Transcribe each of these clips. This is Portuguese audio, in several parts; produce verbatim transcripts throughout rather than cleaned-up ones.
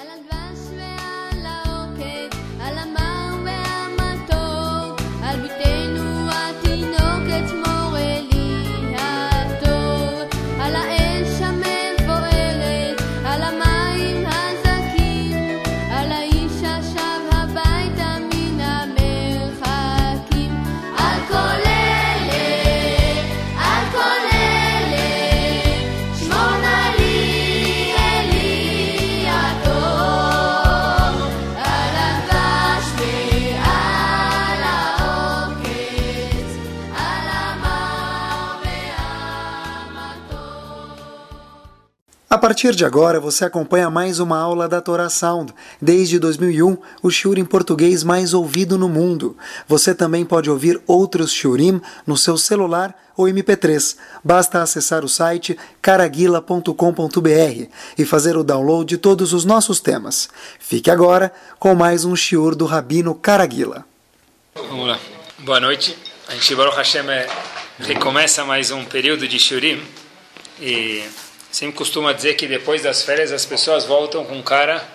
A partir de agora, você acompanha mais uma aula da Torah Sound. Desde dois mil e um, o shiur em português mais ouvido no mundo. Você também pode ouvir outros shiurim no seu celular ou M P três. Basta acessar o site caraguila ponto com ponto b r e fazer o download de todos os nossos temas. Fique agora com mais um shiur do Rabino Caraguila. Vamos lá. Boa noite. A gente, Baruch Hashem, recomeça mais um período de shiurim e sempre costuma dizer que depois das férias as pessoas voltam com cara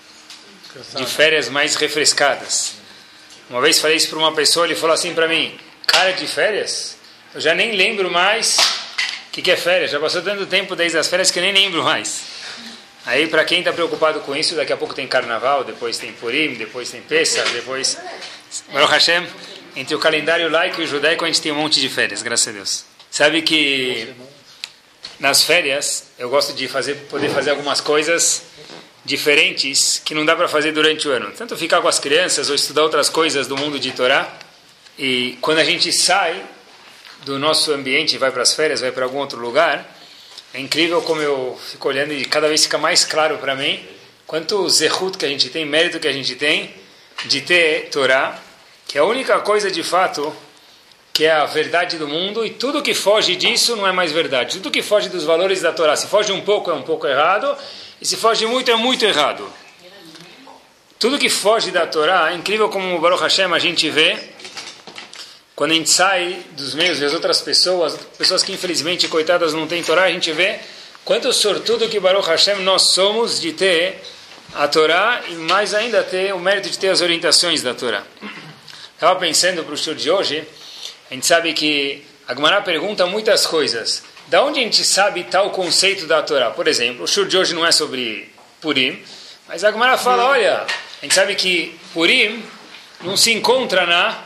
de férias mais refrescadas. Uma vez falei isso para uma pessoa, ele falou assim para mim: cara de férias? Eu já nem lembro mais o que, que é férias. Já passou tanto tempo desde as férias que eu nem lembro mais. Aí, para quem está preocupado com isso, daqui a pouco tem Carnaval, depois tem Purim, depois tem Pesach, depois... Baruch Hashem, entre o calendário laico e o judaico a gente tem um monte de férias, graças a Deus. Sabe que nas férias eu gosto de fazer, poder fazer algumas coisas diferentes que não dá para fazer durante o ano. Tanto ficar com as crianças ou estudar outras coisas do mundo de Torá. E quando a gente sai do nosso ambiente e vai para as férias, vai para algum outro lugar, é incrível como eu fico olhando e cada vez fica mais claro para mim quanto zehut que a gente tem, mérito que a gente tem de ter Torá, que é a única coisa de fato que é a verdade do mundo, e tudo que foge disso não é mais verdade. Tudo que foge dos valores da Torá, se foge um pouco é um pouco errado, e se foge muito é muito errado. Tudo que foge da Torá, é incrível como o Baruch Hashem a gente vê, quando a gente sai dos meios das outras pessoas, pessoas que infelizmente, coitadas, não têm Torá, a gente vê quanto sortudo que Baruch Hashem nós somos de ter a Torá, e mais ainda ter o mérito de ter as orientações da Torá. Estava pensando para o show de hoje, a gente sabe que a Gemara pergunta muitas coisas. Da onde a gente sabe tal conceito da Torá? Por exemplo, o shur de hoje não é sobre Purim, mas a Gemara fala, olha, a gente sabe que Purim não se encontra na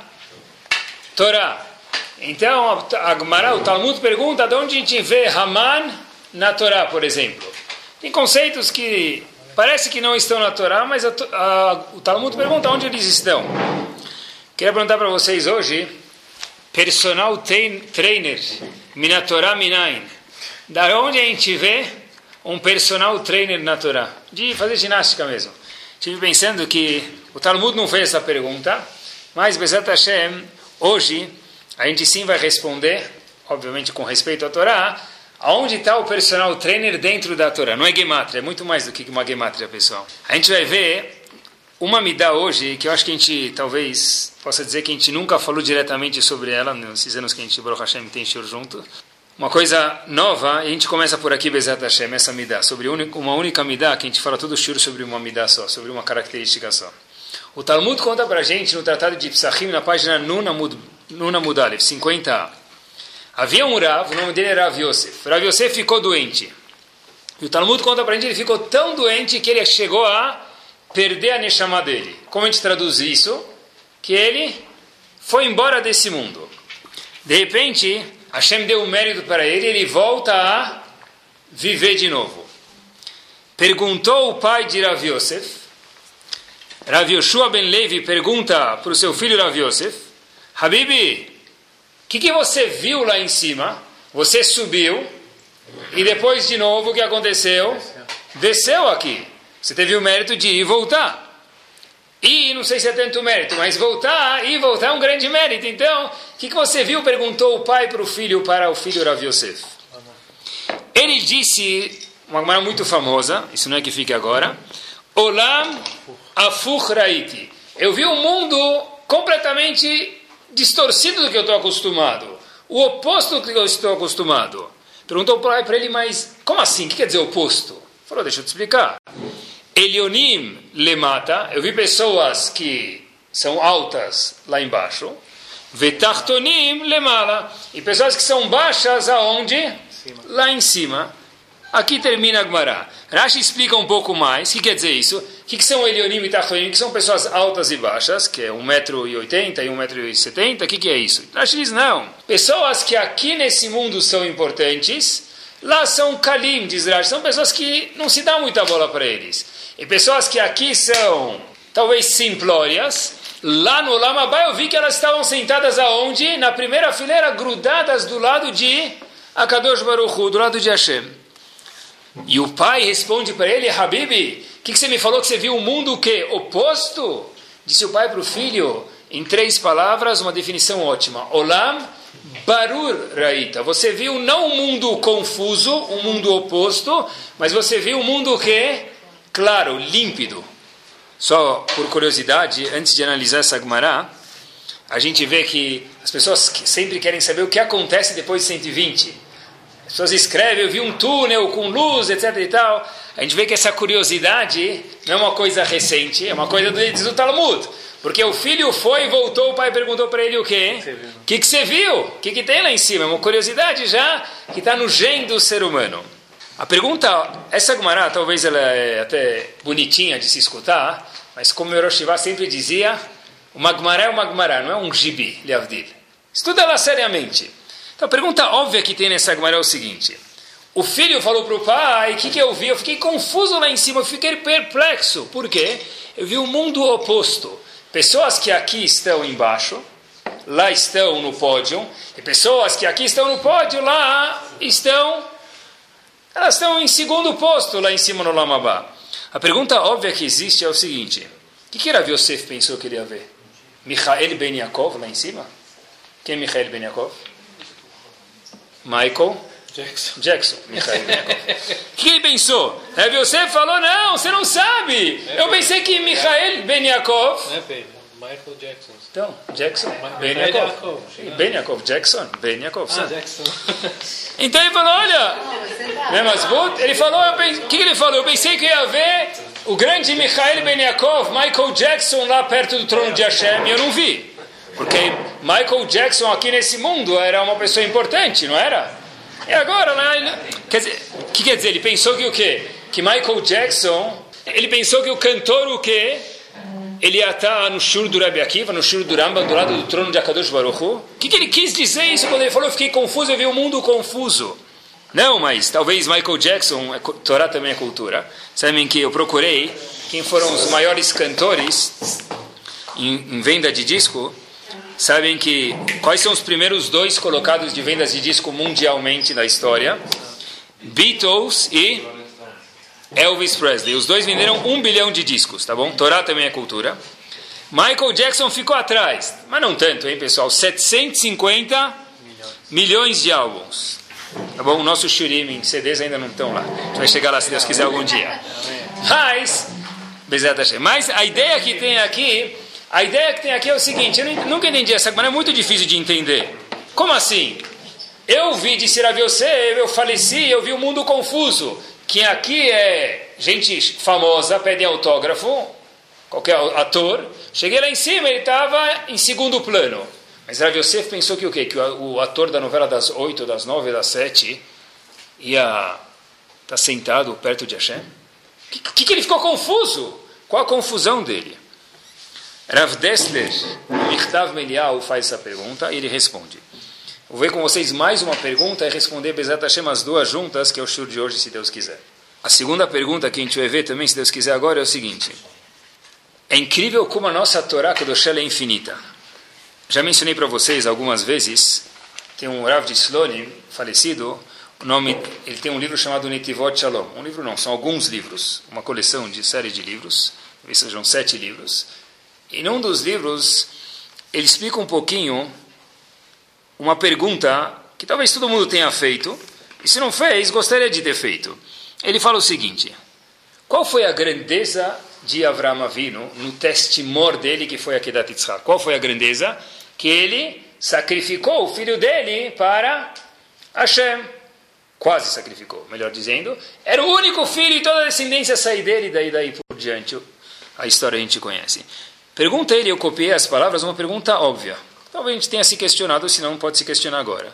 Torá. Então, a Gemara, o Talmud pergunta de onde a gente vê Haman na Torá, por exemplo. Tem conceitos que parece que não estão na Torá, mas a, a, o Talmud pergunta onde eles estão. Queria perguntar para vocês hoje, personal trainer, mina Torá minayin. Da onde a gente vê um personal trainer na Torá? De fazer ginástica mesmo. Estive pensando que o Talmud não fez essa pergunta, mas Bezat Hashem, hoje a gente sim vai responder, obviamente com respeito à Torá, aonde está o personal trainer dentro da Torá. Não é gemátria, é muito mais do que uma gemátria, pessoal. A gente vai ver uma midá hoje, que eu acho que a gente talvez possa dizer que a gente nunca falou diretamente sobre ela, nesses anos que a gente, Baruch Hashem, tem shiur junto. Uma coisa nova, e a gente começa por aqui, Bezat Hashem, essa midá, sobre uma única midá, que a gente fala todo shiur sobre uma midá só, sobre uma característica só. O Talmud conta pra gente, no Tratado de Psachim, na página Nuna Mudalev, cinquenta a. Havia um Rav, o nome dele era Rav Yosef. Rav Yosef ficou doente. E o Talmud conta pra gente, ele ficou tão doente que ele chegou a perder a neshama dele. Como a gente traduz isso? Que ele foi embora desse mundo. De repente, Hashem deu um mérito para ele, ele volta a viver de novo. Perguntou o pai de Rav Yosef, Rav Yoshua ben Levi pergunta para o seu filho Rav Yosef, Habibi, o que, que você viu lá em cima? Você subiu, e depois de novo o que aconteceu? Desceu aqui. Você teve o mérito de ir e voltar. E não sei se é tanto mérito, mas voltar e voltar é um grande mérito. Então, o que, que você viu? Perguntou o pai para o filho, para o filho Rav Yosef. Ele disse, uma coisa muito famosa, isso não é que fique agora, Olam afuch raiti. Eu vi um mundo completamente distorcido do que eu estou acostumado. O oposto do que eu estou acostumado. Perguntou para ele, mas como assim? O que quer dizer oposto? Falou, deixa eu te explicar. Elionim lemata, eu vi pessoas que são altas lá embaixo, vetachtonim lemala, e pessoas que são baixas aonde? Lá em cima. Aqui termina a Gemara. Rashi explica um pouco mais. O que quer dizer isso? O que são Elionim e Tachtonim? Que são pessoas altas e baixas, que é um metro e oitenta e um metro e setenta. O que é isso? Rashi diz, não. Pessoas que aqui nesse mundo são importantes, lá são Kalim, diz Rashi. São pessoas que não se dá muita bola para eles. E pessoas que aqui são, talvez, simplórias, lá no Olam Abá eu vi que elas estavam sentadas aonde? Na primeira fileira, grudadas do lado de Akadosh Baruch Hu, do lado de Hashem. E o pai responde para ele, Habibi, o que, que você me falou que você viu um mundo o quê? Oposto? Disse o pai para o filho, em três palavras, uma definição ótima. Olam Barur Raita. Você viu não um mundo confuso, um mundo oposto, mas você viu um mundo o quê? Claro, límpido. Só por curiosidade, antes de analisar essa Gemara, a gente vê que as pessoas sempre querem saber o que acontece depois de cento e vinte. As pessoas escrevem, eu vi um túnel com luz, etc e tal. A gente vê que essa curiosidade não é uma coisa recente, é uma coisa do, do Talmud. Porque o filho foi e voltou, o pai perguntou para ele o quê? O que, que você viu? O que, que tem lá em cima? É uma curiosidade já que está no gene do ser humano. A pergunta, essa Gemara talvez ela é até bonitinha de se escutar, mas como o Rosh Yeshiva sempre dizia, uma Gemara é uma Gemara, não é um gibi, Leavdil. Estuda ela seriamente. Então a pergunta óbvia que tem nessa Gemara é o seguinte, o filho falou para o pai, o que, que eu vi? Eu fiquei confuso lá em cima, eu fiquei perplexo. Por quê? Eu vi um mundo oposto. Pessoas que aqui estão embaixo, lá estão no pódio, e pessoas que aqui estão no pódio, lá estão, elas estão em segundo posto lá em cima no Olam Abá. A pergunta óbvia que existe é o seguinte, o que, que Rav Yosef pensou que ele ia ver? Michael Ben Yaakov lá em cima? Quem é Michael Ben Yaakov? Michael Jackson. Jackson. Michael Ben Yaakov. O que ele pensou? Rav Yosef falou, não, você não sabe. Eu pensei que Michael Ben Yaakov... Não é Ben, Michael Jackson. Então, Jackson, Ben Yaakov. Ben Yaakov, Jackson, Ben Yaakov. Ah, Jackson. Então ele falou, olha, ele falou, o que ele falou? Eu pensei que ia ver o grande Michael Ben Yaakov, Michael Jackson lá perto do trono de Hashem, e eu não vi. Porque Michael Jackson aqui nesse mundo era uma pessoa importante, não era? E agora, lá, quer dizer, o que quer dizer? Ele pensou que o quê? Que Michael Jackson, ele pensou que o cantor o quê? Ele ia estar no shur do Rabbi Akiva, no shur do Rambam, do lado do trono de Akadosh Baruch Hu. O que, que ele quis dizer isso quando ele falou, eu fiquei confuso, eu vi um mundo confuso? Não, mas talvez Michael Jackson, Torá também é cultura. Sabem que eu procurei quem foram os maiores cantores em, em venda de disco. Sabem que quais são os primeiros dois colocados de vendas de disco mundialmente na história? Beatles e Elvis Presley. Os dois venderam um bilhão de discos, tá bom? Torá também é cultura. Michael Jackson ficou atrás, mas não tanto, hein, pessoal? setecentos e cinquenta milhões de álbuns. Tá bom? O nosso Shurim em C Ds ainda não estão lá. A gente vai chegar lá, se Deus quiser, algum dia. Mas, mas a ideia que tem aqui... A ideia que tem aqui é o seguinte, eu nunca entendi essa, mas é muito difícil de entender. Como assim? Eu vi, disse Rav Yosef, eu faleci, eu vi um mundo confuso. Quem aqui é gente famosa, pede autógrafo, qualquer ator. Cheguei lá em cima, ele estava em segundo plano. Mas Rav Yosef pensou que o quê? Que o, o ator da novela das oito, das nove, das sete, ia estar sentado perto de Hashem? Que, que, que ele ficou confuso? Qual a confusão dele? Rav Dessler, Michtav Melial, faz essa pergunta e ele responde. Vou ver com vocês mais uma pergunta e responder Bezat Hashem as duas juntas, que é o shur de hoje, se Deus quiser. A segunda pergunta que a gente vai ver também, se Deus quiser agora, é o seguinte. É incrível como a nossa Torá Kedoshá é infinita. Já mencionei para vocês algumas vezes, tem um Rav de Slonim, falecido, o nome, ele tem um livro chamado Netivot Shalom. Um livro não, são alguns livros, uma coleção de série de livros, talvez sejam sete livros. E num dos livros, ele explica um pouquinho uma pergunta que talvez todo mundo tenha feito, e se não fez, gostaria de ter feito. Ele fala o seguinte, qual foi a grandeza de Avraham Avinu no testimor dele, que foi a Kedat Yitzhak? Qual foi a grandeza? Que ele sacrificou o filho dele para Hashem. Quase sacrificou, melhor dizendo. Era o único filho e toda a descendência sair dele, daí daí. diante. A história a gente conhece. Pergunta ele, eu copiei as palavras, uma pergunta óbvia. Talvez a gente tenha se questionado, senão não pode se questionar agora.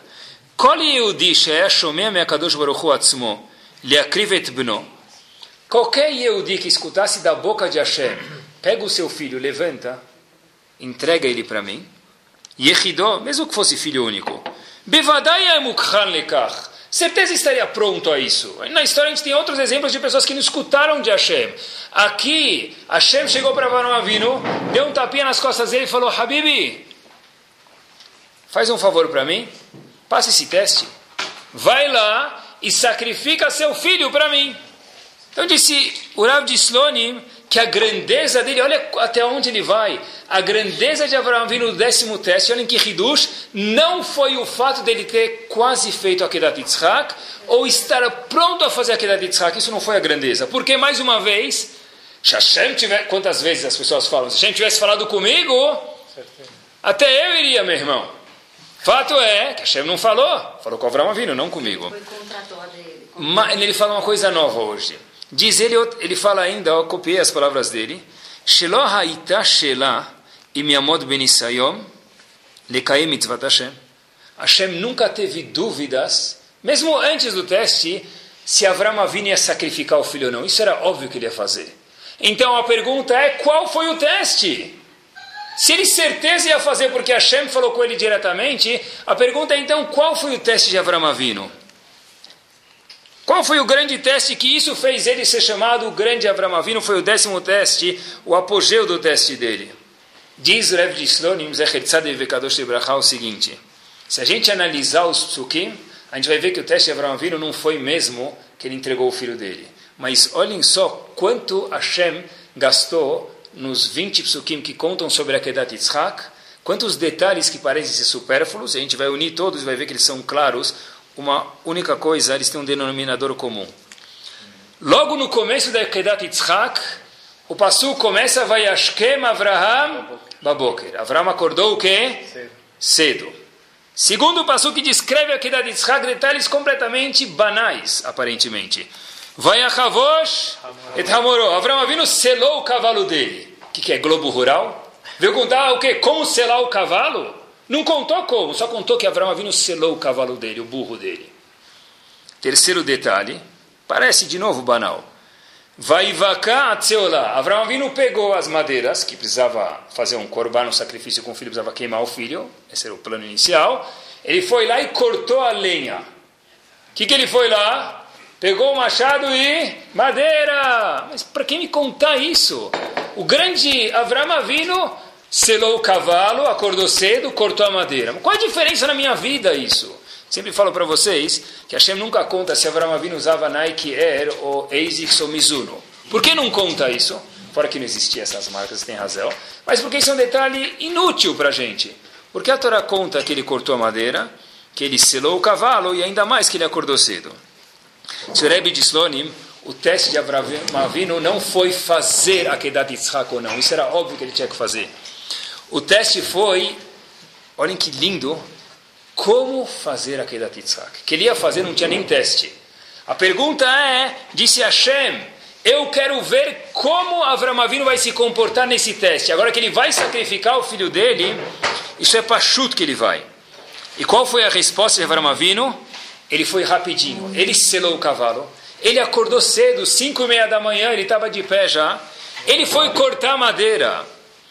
Qualquer Yehudi que escutasse da boca de Hashem, pega o seu filho, levanta, entrega ele para mim, Yechidó, mesmo que fosse filho único, certeza estaria pronto a isso. Na história a gente tem outros exemplos de pessoas que não escutaram de Hashem. Aqui, Hashem chegou para Avraham Avinu, deu um tapinha nas costas dele e falou, Habibi, faz um favor para mim, passa esse teste, vai lá e sacrifica seu filho para mim. Então disse o Rav de Slonim que a grandeza dele, olha até onde ele vai, a grandeza de Avraham Avinu no décimo teste, olhem que Hidush, não foi o fato dele ter quase feito a Kedat Yitzhak, ou estar pronto a fazer a Kedat Yitzhak, isso não foi a grandeza. Porque, mais uma vez, se Hashem tiver, quantas vezes as pessoas falam, se Hashem tivesse falado comigo, até eu iria, meu irmão. Fato é que Hashem não falou, falou com Avraham Avinu, não comigo. Foi contrator dele. Mas ele fala uma coisa nova hoje. Diz ele, ele fala ainda, eu copiei as palavras dele, Shelo haita shela im yamod benisayom lekayem mitzvat Hashem. Hashem nunca teve dúvidas, mesmo antes do teste, se Avraham Avinu ia sacrificar o filho ou não. Isso era óbvio que ele ia fazer. Então a pergunta é, qual foi o teste? Se ele certeza ia fazer porque Hashem falou com ele diretamente, a pergunta é então, qual foi o teste de Avraham Avinu? Qual foi o grande teste que isso fez ele ser chamado o grande Avraham Avinu? Foi o décimo teste, o apogeu do teste dele. Diz Rev de Slonim, Zecher Tzaddik Vekadosh Libracha, o seguinte, se a gente analisar os psukim, a gente vai ver que o teste de Avraham Avinu não foi mesmo que ele entregou o filho dele. Mas olhem só quanto Hashem gastou nos vinte psukim que contam sobre a Kedat Yitzhak, quantos detalhes que parecem ser supérfluos, a gente vai unir todos e vai ver que eles são claros. Uma única coisa, eles têm um denominador comum. Logo no começo da Kedat Yitzhak, o Pasuk começa, Vayashkem Avraham Baboker. Avraham acordou o quê? Cedo. Cedo. Segundo o Pasuk que descreve a Kedat Yitzhak, detalhes completamente banais, aparentemente. Vayachavosh et Hamoró. Avraham Avinu selou o cavalo dele. O que, que é? Globo rural? Veio contar o quê? Como selar o cavalo? Não contou como, só contou que Avraham Avinu selou o cavalo dele, o burro dele. Terceiro detalhe, parece de novo banal. Vaivaka atzeolá. Avraham Avinu pegou as madeiras, que precisava fazer um korban, um sacrifício com o filho, precisava queimar o filho, esse era o plano inicial. Ele foi lá e cortou a lenha. O que, que ele foi lá? Pegou o machado e madeira. Mas para quem me contar isso? O grande Avraham Avinu selou o cavalo, acordou cedo, cortou a madeira. Qual a diferença na minha vida isso? Sempre falo para vocês que Hashem nunca conta se Avraham Avinu usava Nike Air ou ASICS ou Mizuno. Por que não conta isso? Fora que não existiam essas marcas, tem razão. Mas porque isso é um detalhe inútil para a gente. Porque a Torá conta que ele cortou a madeira, que ele selou o cavalo e ainda mais que ele acordou cedo. Se Rebbe de Slonim, o teste de Avraham Avinu não foi fazer a Kedat Yitzhak ou não. Isso era óbvio que ele tinha que fazer. O teste foi, olhem que lindo, como fazer a Kedat Yitzhak. Que ele ia fazer, não tinha nem teste. A pergunta é, disse Hashem, eu quero ver como Avraham Avinu vai se comportar nesse teste. Agora que ele vai sacrificar o filho dele, isso é pachut que ele vai. E qual foi a resposta de Avraham Avinu? Ele foi rapidinho, ele selou o cavalo, ele acordou cedo, cinco e meia da manhã, ele estava de pé já, ele foi cortar madeira.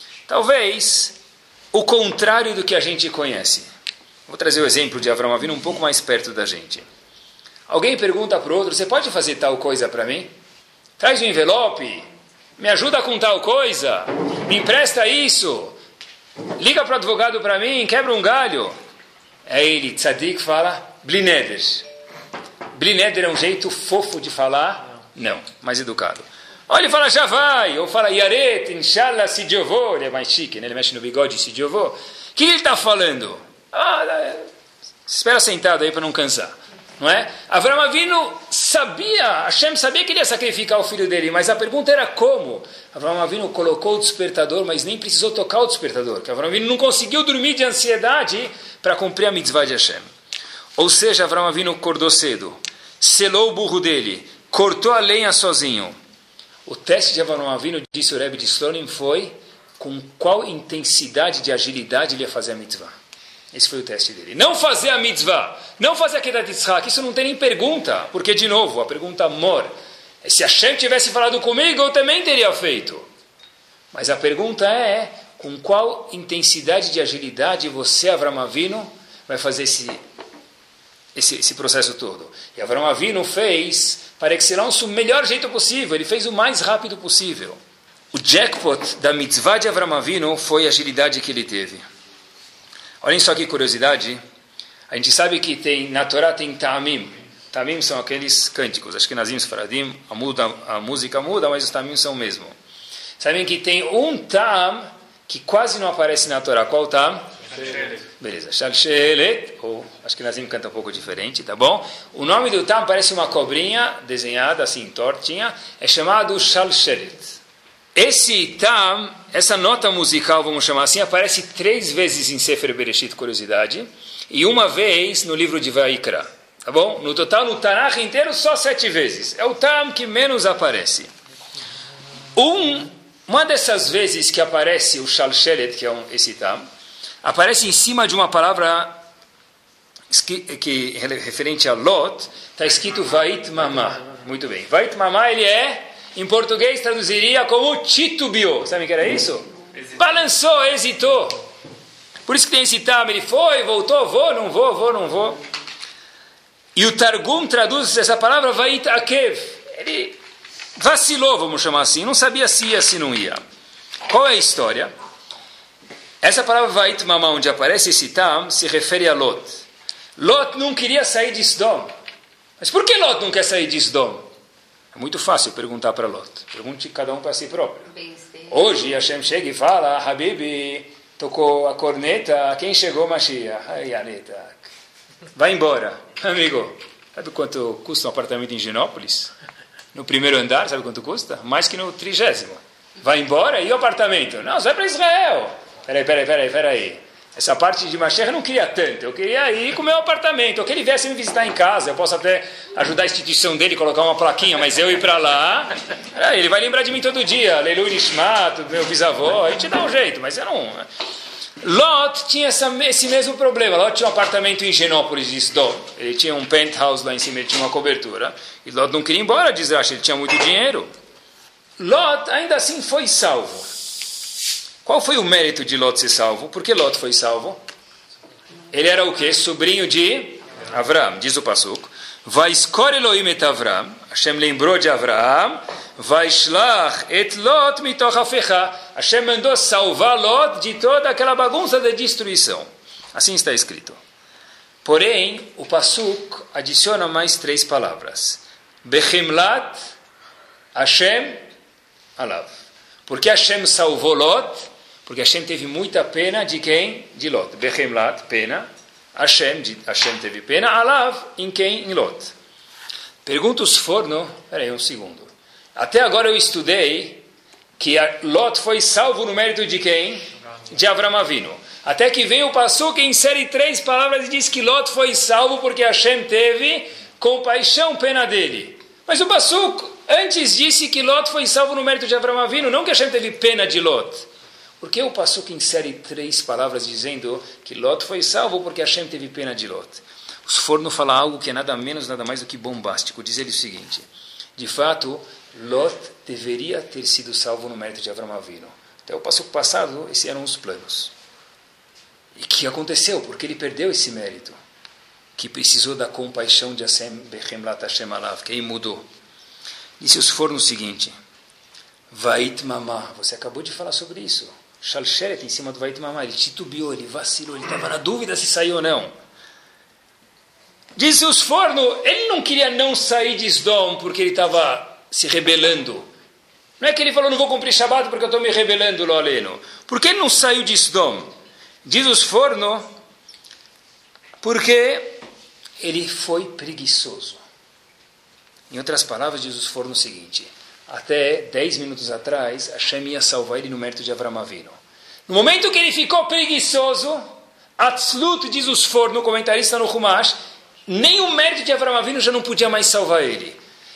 Talvez o contrário do que a gente conhece. Vou trazer o exemplo de Avraham Avinu um pouco mais perto da gente. Alguém pergunta para o outro, você pode fazer tal coisa para mim? Traz um envelope, me ajuda com tal coisa, me empresta isso, liga para o advogado para mim, quebra um galho. Aí ele, tzadik, fala, blineder. Blineder é um jeito fofo de falar? Não, mais educado. Olha, ele fala, já vai. Ou fala, Yaret, inshallah, se eu vou. Ele é mais chique, né? Ele mexe no bigode, se eu vou. O que ele está falando? Ah, espera sentado aí para não cansar. Não é? Avraham Avinu sabia, Hashem sabia que ele ia sacrificar o filho dele, mas a pergunta era como? Avraham Avinu colocou o despertador, mas nem precisou tocar o despertador, porque Avraham Avinu não conseguiu dormir de ansiedade para cumprir a mitzvah de Hashem. Ou seja, Avraham Avinu acordou cedo, selou o burro dele, cortou a lenha sozinho. O teste de Avraham Avinu, disse o Rebbe de Slonim, foi com qual intensidade de agilidade ele ia fazer a mitzvah. Esse foi o teste dele. Não fazer a mitzvah, não fazer a Kedat Yitzhak, isso não tem nem pergunta, porque, de novo, a pergunta amor, se Hashem tivesse falado comigo, eu também teria feito. Mas a pergunta é, com qual intensidade de agilidade você, Avraham Avinu, vai fazer esse, esse, esse processo todo? E Avraham Avinu fez, para excelência, o melhor jeito possível, ele fez o mais rápido possível. O jackpot da mitzvah de Avraham Avinu foi a agilidade que ele teve. Olhem só que curiosidade, a gente sabe que tem, na Torá tem ta'amim. Ta'amim são aqueles cânticos, acho que Nazim Sfaradim, a, muda, a música muda, mas os ta'amim são o mesmo. Sabem que tem um ta'am que quase não aparece na Torá. Qual ta'am? Beleza, Shalshelet, ou acho que Nazim canta um pouco diferente, tá bom? O nome do ta'am parece uma cobrinha desenhada assim, tortinha, é chamado Shalshelet. Esse tam, essa nota musical, vamos chamar assim, aparece três vezes em Sefer Bereshit, curiosidade, e uma vez no livro de Vaikra, tá bom? No total, no Tanakh inteiro, só sete vezes. É o tam que menos aparece. Um, uma dessas vezes que aparece o Shalshelet, que é um, esse tam, aparece em cima de uma palavra que, que referente a Lot, está escrito Vait Mamá. Muito bem. Vait Mamá, ele é... Em português traduziria como titubeou. Sabe o que era isso? Hesitou. Balançou, hesitou. Por isso que tem esse tam, ele foi, voltou, vou, não vou, vou, não vou. E o Targum traduz essa palavra vait akev. Ele vacilou, vamos chamar assim, não sabia se ia, se não ia. Qual é a história? Essa palavra vait mamá, onde aparece esse tam, se refere a Lot. Lot não queria sair de Sdom. Mas por que Lot não quer sair de Sdom? É muito fácil perguntar para Lot. Pergunte cada um para si próprio. Hoje Hashem chega e fala, Habibi, tocou a corneta, quem chegou, Mashiach? Ai, Aneta. Vai embora. Amigo, sabe quanto custa um apartamento em Genópolis? No primeiro andar, sabe quanto custa? Mais que no trigésimo. Vai embora e o apartamento? Não, você vai para Israel. Peraí, peraí, peraí, peraí. Essa parte de Mashiach eu não queria tanto. Eu queria ir com o meu apartamento. Ou que ele viesse me visitar em casa. Eu posso até ajudar a instituição dele a colocar uma plaquinha, mas eu ir para lá... É, ele vai lembrar de mim todo dia. Leilu Nishmat, meu bisavô. A gente dá um jeito, mas eu não... Lot tinha essa, esse mesmo problema. Lot tinha um apartamento em Genópolis de Sdom. Ele tinha um penthouse lá em cima, ele tinha uma cobertura. E Lot não queria ir embora de Israel, ele tinha muito dinheiro. Lot ainda assim foi salvo. Qual foi o mérito de Lot ser salvo? Por que Lot foi salvo? Ele era o quê? Sobrinho de Avram, diz o Pasuk. Vaiskor Elohim et Avram. Hashem lembrou de Avram. Vaishlach et Lot mitoch afecha. Hashem mandou salvar Lot de toda aquela bagunça de destruição. Assim está escrito. Porém, o Pasuk adiciona mais três palavras. Bechemlat Hashem alav. Por que Hashem salvou Lot? Porque Hashem teve muita pena de quem? De Lot. Bechemlat, pena. Hashem, de, Hashem teve pena. Alav, em quem? Em Lot. Pergunta os forno. Peraí, um segundo. Até agora eu estudei que Lot foi salvo no mérito de quem? De Avraham Avinu. Até que vem o Pasuk que insere três palavras e diz que Lot foi salvo porque Hashem teve compaixão, pena dele. Mas o Pasuk antes disse que Lot foi salvo no mérito de Avraham Avinu, não que Hashem teve pena de Lot. Por que o Pasuk insere três palavras dizendo que Lot foi salvo porque Hashem teve pena de Lot? Os forno falam algo que é nada menos, nada mais do que bombástico. Diz ele o seguinte, de fato, Lot deveria ter sido salvo no mérito de Avraham Avinu. Até o Pasuk passado, esses eram os planos. E o que aconteceu? Porque ele perdeu esse mérito. Que precisou da compaixão de Hashem, Bechemlat Hashem alav, que aí mudou. Disse os fornos o seguinte, Vait Mamá, você acabou de falar sobre isso. Shalsheret em cima do Vait Mamá, ele titubeou, ele vacilou, ele estava na dúvida se saiu ou não. Disse os fornos, ele não queria não sair de Sdom porque ele estava se rebelando. Não é que ele falou, não vou cumprir Shabbat porque eu estou me rebelando, lo aleno. Por que ele não saiu de Sdom? Diz os fornos, porque ele foi preguiçoso. Em outras palavras, diz os fornos o seguinte, até dez minutos atrás, Hashem ia salvar ele no mérito de Avraham Avinu. No momento que ele ficou preguiçoso, Atzlut, diz os fornos, comentarista no Humash, nem o mérito de Avraham Avinu já não podia mais salvar ele.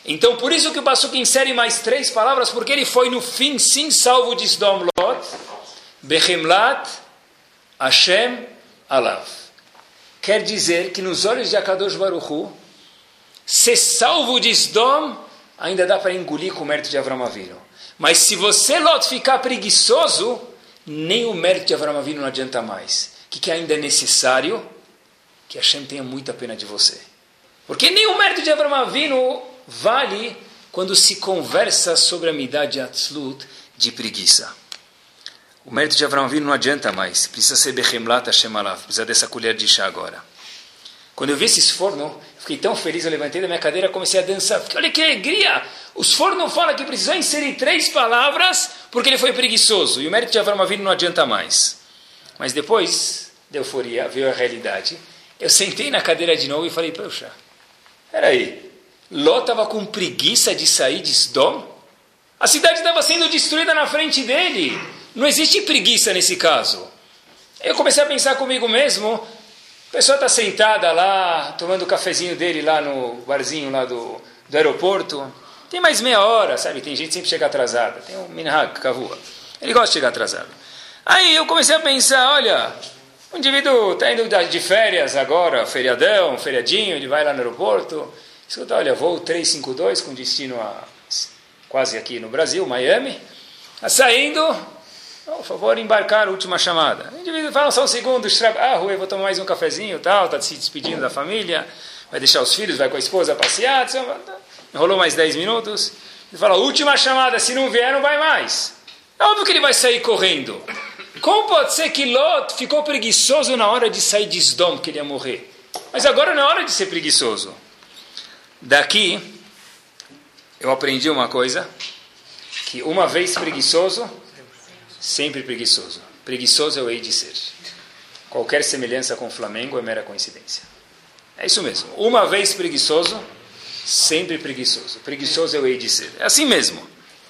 Então, por isso que o Passuque insere mais três palavras, porque ele foi no fim, sim, salvo de Sdom Lot, Behemlat, Hashem, Alav. Quer dizer que nos olhos de Akadosh Baruch Hu, ser salvo de Sdom, ainda dá para engolir com o mérito de Avram Avinu. Mas se você, Lot, ficar preguiçoso, nem o mérito de Avram Avinu não adianta mais. O que, que ainda é necessário? Que Hashem tenha muita pena de você. Porque nem o mérito de Avram Avinu vale quando se conversa sobre a midah de Atzlut, de preguiça. O mérito de Avram Avinu não adianta mais. Precisa ser Behemlat Hashem Alav. Precisa dessa colher de chá agora. Quando eu vi esses fornos, fiquei tão feliz, eu levantei da minha cadeira e comecei a dançar. Fiquei, olha que alegria! Os fornos falam que precisou inserir três palavras porque ele foi preguiçoso. E o mérito de Avram Avinu não adianta mais. Mas depois da euforia, veio a realidade. Eu sentei na cadeira de novo e falei, poxa, peraí, Ló estava com preguiça de sair de Sdom? A cidade estava sendo destruída na frente dele. Não existe preguiça nesse caso. Eu comecei a pensar comigo mesmo, a pessoa está sentada lá, tomando o cafezinho dele lá no barzinho lá do, do aeroporto. Tem mais meia hora, sabe? Tem gente que sempre chega atrasada. Tem um minhag, kavua. Ele gosta de chegar atrasado. Aí eu comecei a pensar, olha, o indivíduo está indo de férias agora, feriadão, feriadinho, ele vai lá no aeroporto. Escuta, olha, voo trezentos e cinquenta e dois com destino a quase aqui no Brasil, Miami. Está saindo... Por favor, embarcar, última chamada. O indivíduo fala só um segundo, ah, Rui, vou tomar mais um cafezinho, tal, está se despedindo da família, vai deixar os filhos, vai com a esposa passear, enrolou mais dez minutos. Ele fala, última chamada, se não vier, não vai mais. É óbvio que ele vai sair correndo. Como pode ser que Lot ficou preguiçoso na hora de sair de Sdom, que ele ia morrer? Mas agora não é hora de ser preguiçoso. Daqui, eu aprendi uma coisa, que uma vez preguiçoso, sempre preguiçoso. Preguiçoso eu hei de ser. Qualquer semelhança com o Flamengo é mera coincidência. É isso mesmo. Uma vez preguiçoso, sempre preguiçoso. Preguiçoso eu hei de ser. É assim mesmo.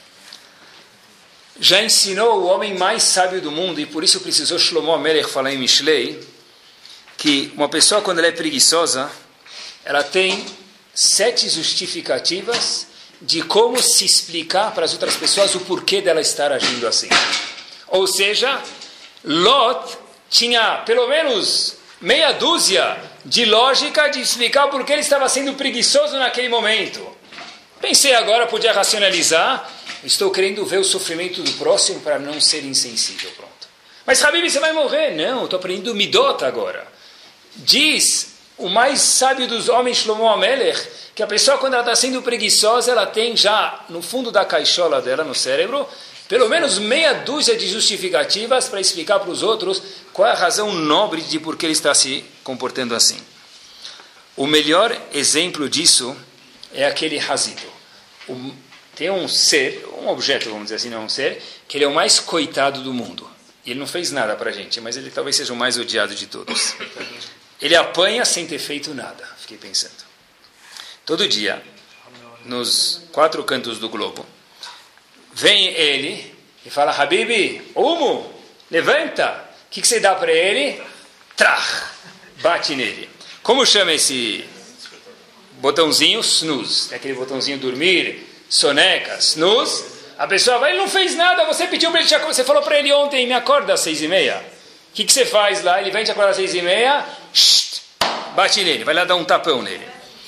Já ensinou o homem mais sábio do mundo, e por isso precisou Shlomo Amelech falar em Mishlei, que uma pessoa, quando ela é preguiçosa, ela tem sete justificativas de como se explicar para as outras pessoas o porquê dela estar agindo assim. Ou seja, Lot tinha pelo menos meia dúzia de lógica de explicar por que ele estava sendo preguiçoso naquele momento. Pensei agora, podia racionalizar, estou querendo ver o sofrimento do próximo para não ser insensível. Pronto. Mas, Habib, você vai morrer. Não, estou aprendendo Midot agora. Diz o mais sábio dos homens, Shlomo Amelech, que a pessoa, quando ela está sendo preguiçosa, ela tem já no fundo da caixola dela, no cérebro, pelo menos meia dúzia de justificativas para explicar para os outros qual é a razão nobre de por que ele está se comportando assim. O melhor exemplo disso é aquele Hazito. O, tem um ser, um objeto, vamos dizer assim, não é um ser, que ele é o mais coitado do mundo. E ele não fez nada para a gente, mas ele talvez seja o mais odiado de todos. Ele apanha sem ter feito nada, fiquei pensando. Todo dia, nos quatro cantos do globo, vem ele e fala, Habibi, Umu, levanta. O que, que você dá para ele? Trach, bate nele. Como chama esse botãozinho? Snooze. É aquele botãozinho dormir, soneca, snooze. A pessoa vai, ele não fez nada, você pediu para ele, te você falou para ele ontem, me acorda às seis e meia. O que, que você faz lá? Ele vem te acordar às seis e meia, shht, bate nele, vai lá dar um tapão nele.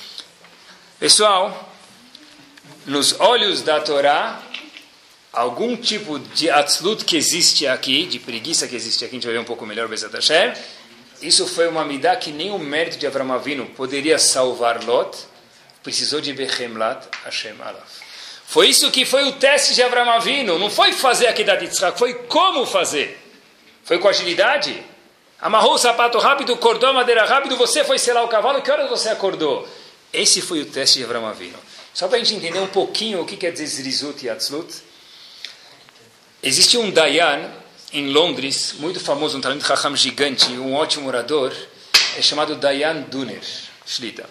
Pessoal, nos olhos da Torá, algum tipo de atzlut que existe aqui, de preguiça que existe aqui, a gente vai ver um pouco melhor, Bezat Hashem, isso foi uma midah que nem o mérito de Avram Avinu poderia salvar Lot, precisou de Behemlat Hashem Alav. Foi isso que foi o teste de Avram Avinu, não foi fazer a Kedat Yitzhak, foi como fazer. Foi com agilidade, amarrou o sapato rápido, cordou a madeira rápido, você foi selar o cavalo, que horas você acordou? Esse foi o teste de Avram Avinu. Só para a gente entender um pouquinho o que quer dizer Zrizut e Atzlut, existe um Dayan em Londres, muito famoso, um talento Chacham gigante, um ótimo orador, é chamado Dayan Duner, Shlita.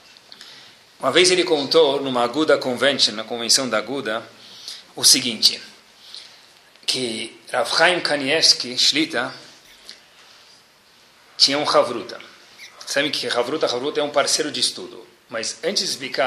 Uma vez ele contou numa Aguda Convention, na convenção da Aguda, o seguinte, que Rav Chaim Kanievsky, Shlita, tinha um Havruta. Sabe que Havruta, Havruta é um parceiro de estudo. Mas antes de explicar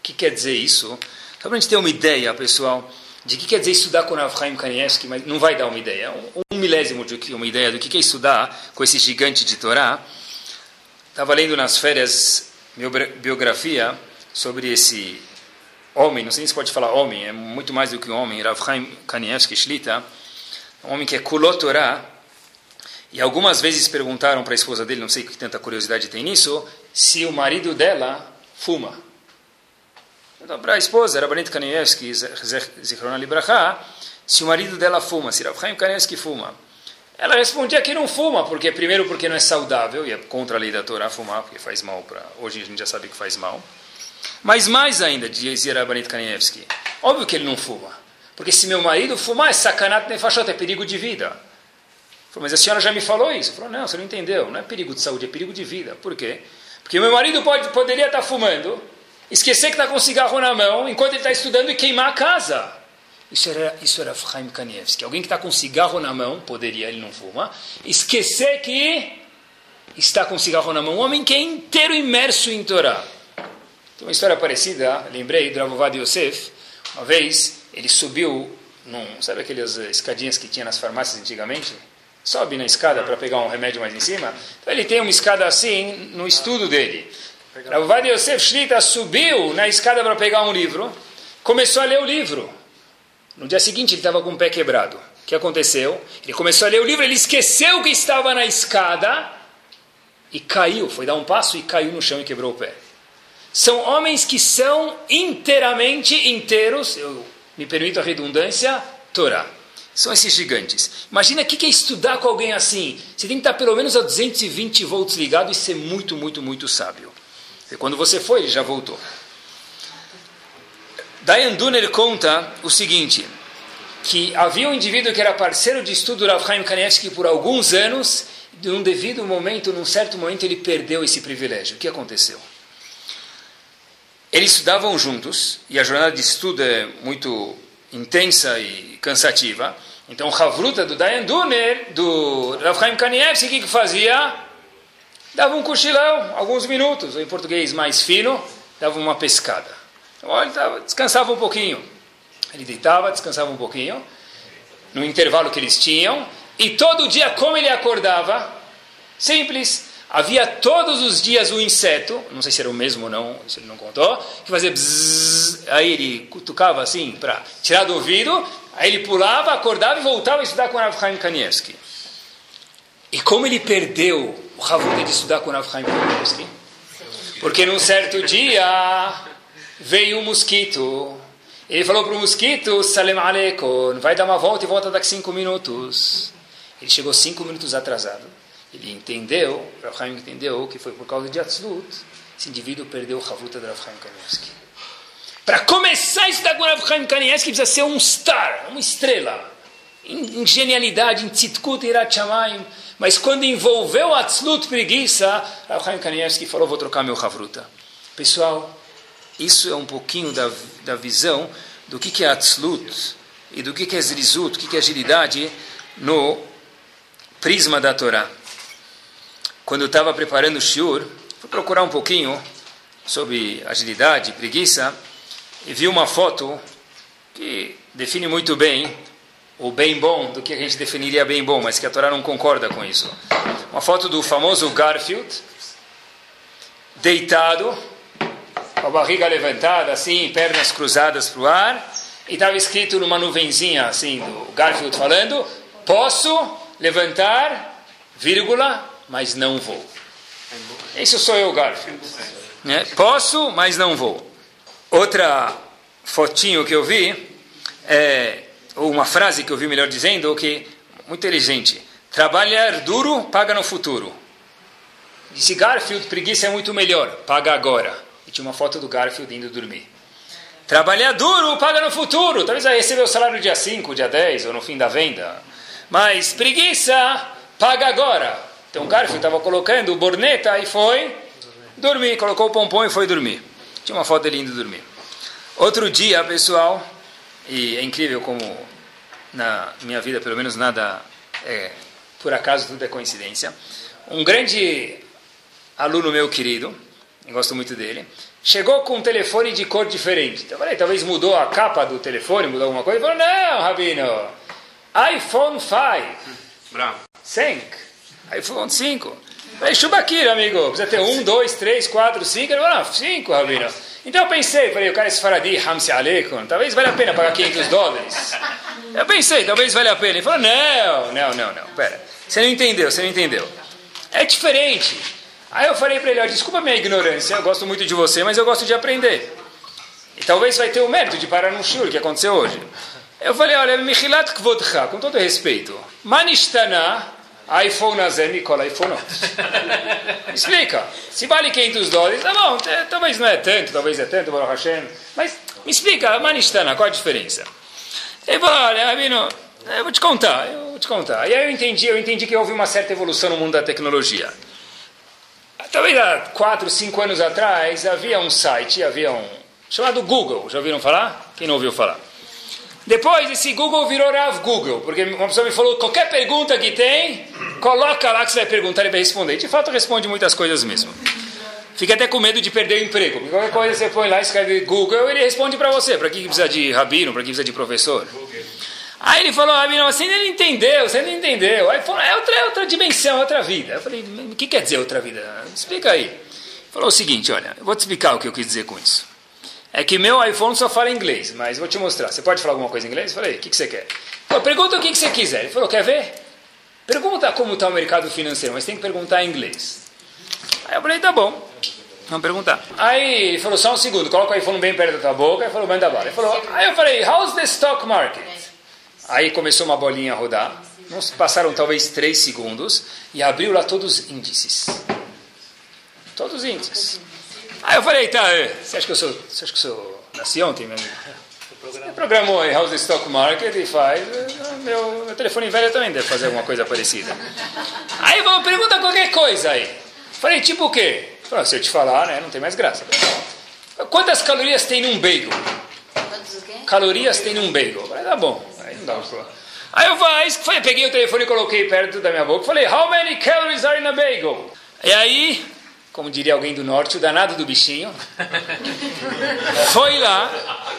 que quer dizer isso? Só para a gente ter uma ideia, pessoal, de que quer dizer estudar com Rav Chaim Kanievsky, mas não vai dar uma ideia. Um, um milésimo de uma ideia do que é estudar com esse gigante de Torá. Estava lendo nas férias minha biografia sobre esse homem, não sei se pode falar homem, é muito mais do que um homem, Rav Chaim Kanievsky Shlita, um homem que é Kulot Torá, e algumas vezes perguntaram para a esposa dele, não sei que tanta curiosidade tem nisso, se o marido dela fuma. Então, para a esposa, Rabbanit Kanievsky, Zichron Libraha, se o marido dela fuma, se Rav Chaim Kanievsky fuma. Ela respondia que não fuma, porque primeiro porque não é saudável, e é contra a lei da Torá fumar, porque faz mal, para hoje a gente já sabe que faz mal. Mas mais ainda, dizia Rabbanit Kanievsky, óbvio que ele não fuma, porque se meu marido fumar é sacanat nefashot, é perigo de vida. Falei, mas a senhora já me falou isso. Falou, não, você não entendeu, não é perigo de saúde, é perigo de vida. Por quê? Porque meu marido pode, poderia estar fumando, esquecer que está com um cigarro na mão, enquanto ele está estudando e queimar a casa. Isso era, isso era Chaim Kanievsky. Alguém que está com um cigarro na mão, poderia, ele não fuma, esquecer que está com um cigarro na mão. Um homem que é inteiro imerso em Torá. Tem uma história parecida, lembrei, do Rav Ovadia Yosef. Uma vez, ele subiu, num, sabe aquelas escadinhas que tinha nas farmácias antigamente? Sobe na escada para pegar um remédio mais em cima. Então ele tem uma escada assim no estudo dele. Rav Ovadia Yosef Shlita subiu na escada para pegar um livro, começou a ler o livro. No dia seguinte ele estava com o pé quebrado. O que aconteceu? Ele começou a ler o livro, ele esqueceu que estava na escada e caiu, foi dar um passo e caiu no chão e quebrou o pé. São homens que são inteiramente inteiros, eu me permito a redundância, Torá. São esses gigantes. Imagina o que é estudar com alguém assim. Você tem que estar pelo menos a duzentos e vinte volts ligado e ser muito, muito, muito sábio. E quando você foi, ele já voltou. Dayan Duner conta o seguinte, que havia um indivíduo que era parceiro de estudo do Rav Chaim Kanievsky por alguns anos, e num devido momento, num certo momento, ele perdeu esse privilégio. O que aconteceu? Eles estudavam juntos, e a jornada de estudo é muito intensa e cansativa. Então, o Havruta do Dayan Duner, do Rav Chaim Kanievsky, o que, que fazia? Dava um cochilão, alguns minutos, ou em português mais fino, dava uma pescada. Então, ele tava, descansava um pouquinho. Ele deitava, descansava um pouquinho, no intervalo que eles tinham, e todo dia, como ele acordava? Simples. Havia todos os dias um inseto, não sei se era o mesmo ou não, se ele não contou, que fazia bzzz, aí ele cutucava assim, para tirar do ouvido, aí ele pulava, acordava e voltava a estudar com o Rav Chaim Kanievsky. E como ele perdeu o Havruta de estudar com o Rav Chaim Kanievsky? Porque num certo dia veio um mosquito. Ele falou para o mosquito, Salem Aleikum, vai dar uma volta e volta daqui cinco minutos. Ele chegou cinco minutos atrasado. Ele entendeu, Rav Chaim entendeu que foi por causa de Atzlut, esse indivíduo perdeu o Havruta de Rav Chaim Kanievsky. Para começar a estudar com Rav Chaim Kanievsky, precisa ser um star, uma estrela, em, em genialidade, em tzidkut, irat shamayim. Mas quando envolveu Atzlut, preguiça, Rav Chaim Kanievsky falou, vou trocar meu Havruta. Pessoal, isso é um pouquinho da, da visão do que, que é Atzlut e do que, que é Zrizut, o que, que é agilidade no prisma da Torá. Quando eu estava preparando o shiur, fui procurar um pouquinho sobre agilidade, preguiça, e vi uma foto que define muito bem o bem bom do que a gente definiria bem bom, mas que a Torá não concorda com isso. Uma foto do famoso Garfield, deitado, com a barriga levantada, assim, pernas cruzadas para o ar, e estava escrito numa nuvenzinha, assim, do Garfield falando, posso levantar, vírgula, mas não vou. Isso sou eu, Garfield. Né? Posso, mas não vou. Outra fotinho que eu vi, é, ou uma frase que eu vi, melhor dizendo, que muito inteligente. Trabalhar duro, paga no futuro. Disse Garfield, preguiça é muito melhor, paga agora. E tinha uma foto do Garfield indo dormir. Trabalhar duro, paga no futuro. Talvez vai receber o salário dia cinco, dia dez, ou no fim da venda. Mas preguiça, paga agora. Então o Garfield estava colocando o borneta e foi dormir. Colocou o pompom e foi dormir. Tinha uma foto dele indo dormir. Outro dia, pessoal, e é incrível como na minha vida, pelo menos nada é por acaso, tudo é coincidência. Um grande aluno meu querido, eu gosto muito dele, chegou com um telefone de cor diferente. Então eu falei, talvez mudou a capa do telefone, mudou alguma coisa. Ele falou, não, Rabino, iPhone cinco. Bravo. cinco. iPhone cinco. Eu falei, Shubakir, amigo, precisa ter um, dois, três, quatro, cinco. Ele falou, não, cinco, Rabino. Então eu pensei, falei, o cara é Sfaradi, Hamsi Aleikum, talvez valha a pena pagar quinhentos dólares. Eu pensei, talvez valha a pena. Ele falou, não, não, não, não, pera. Você não entendeu, você não entendeu. É diferente. Aí eu falei para ele, ó, desculpa a minha ignorância, eu gosto muito de você, mas eu gosto de aprender. E talvez vai ter o mérito de parar num shiur, que aconteceu hoje. Eu falei, olha, Michilat Kvodcha, com todo respeito, Manishtana, iPhone Azé, Nicola, iPhone explica, se vale quinhentos dólares, tá bom, talvez não é tanto, talvez é tanto, Baruch Hashem, mas me explica, Manishtana, qual a diferença? Ele falou, olha, Rabino, eu vou te contar, eu vou te contar. E aí eu entendi, eu entendi que houve uma certa evolução no mundo da tecnologia. Talvez há quatro, cinco anos atrás, havia um site, havia um, chamado Google, já ouviram falar? Quem não ouviu falar? Depois esse Google virou Rav Google, porque uma pessoa me falou, qualquer pergunta que tem, coloca lá que você vai perguntar e vai responder. E de fato responde muitas coisas mesmo. Fica até com medo de perder o emprego, porque qualquer coisa você põe lá, escreve Google, ele responde para você. Para que precisa de rabino, para que precisa de professor? Aí ele falou, Rabino, você ainda não entendeu, você ainda não entendeu. Aí falou, é outra, é outra dimensão, é outra vida. Eu falei, o que quer dizer outra vida? Explica aí. Ele falou o seguinte, olha, eu vou te explicar o que eu quis dizer com isso. É que meu iPhone só fala inglês, mas vou te mostrar. Você pode falar alguma coisa em inglês? Eu falei, o que, que você quer? Falei, pergunta o que, que você quiser. Ele falou, quer ver? Pergunta como está o mercado financeiro, mas tem que perguntar em inglês. Aí eu falei, tá bom, vamos perguntar. Aí ele falou, só um segundo, coloca o iPhone bem perto da tua boca. Ele falou, manda bala. Ele falou, aí eu falei, how's the stock market? Aí começou uma bolinha a rodar. Passaram talvez três segundos e abriu lá todos os índices. Todos os índices. Aí eu falei, tá, você acha que eu sou, você acha que eu sou, nasci ontem, meu amigo? Você programou aí House Stock Market e faz, meu, meu telefone velho também deve fazer alguma coisa parecida. Aí vamos perguntar qualquer coisa aí. Falei, tipo o quê? Falei, se eu te falar, né, não tem mais graça. Quantas calorias tem num bagel? Quantas o quê? Calorias tem num bagel. Falei, tá bom, aí não dá pra falar. Aí eu falei, peguei o telefone e coloquei perto da minha boca, falei, how many calories are in a bagel? E aí, como diria alguém do norte, o danado do bichinho, foi lá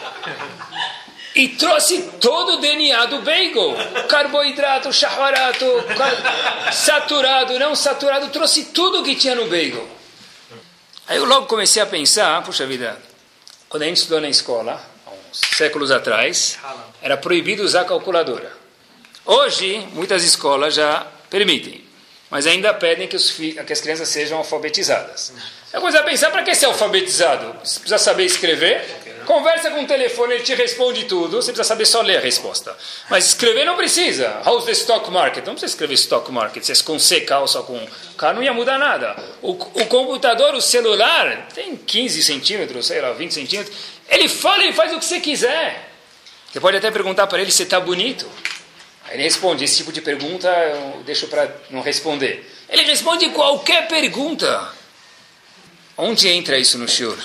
e trouxe todo o D N A do bagel. Carboidrato, shahwarato, saturado, não saturado, trouxe tudo o que tinha no bagel. Aí eu logo comecei a pensar, puxa vida, quando a gente estudou na escola, há uns séculos atrás, era proibido usar calculadora. Hoje, muitas escolas já permitem. Mas ainda pedem que, os fi- que as crianças sejam alfabetizadas. Eu comecei a pensar, para que ser alfabetizado? Você precisa saber escrever? Conversa com o telefone, ele te responde tudo, você precisa saber só ler a resposta. Mas escrever não precisa. How's the stock market? Não precisa escrever stock market, se é com C, K ou só com K, não ia mudar nada. O, o computador, o celular, tem quinze centímetros, sei lá, vinte centímetros. Ele fala, ele faz o que você quiser. Você pode até perguntar para ele se está bonito. Aí ele responde, esse tipo de pergunta eu deixo para não responder. Ele responde qualquer pergunta. Onde entra isso no shiur?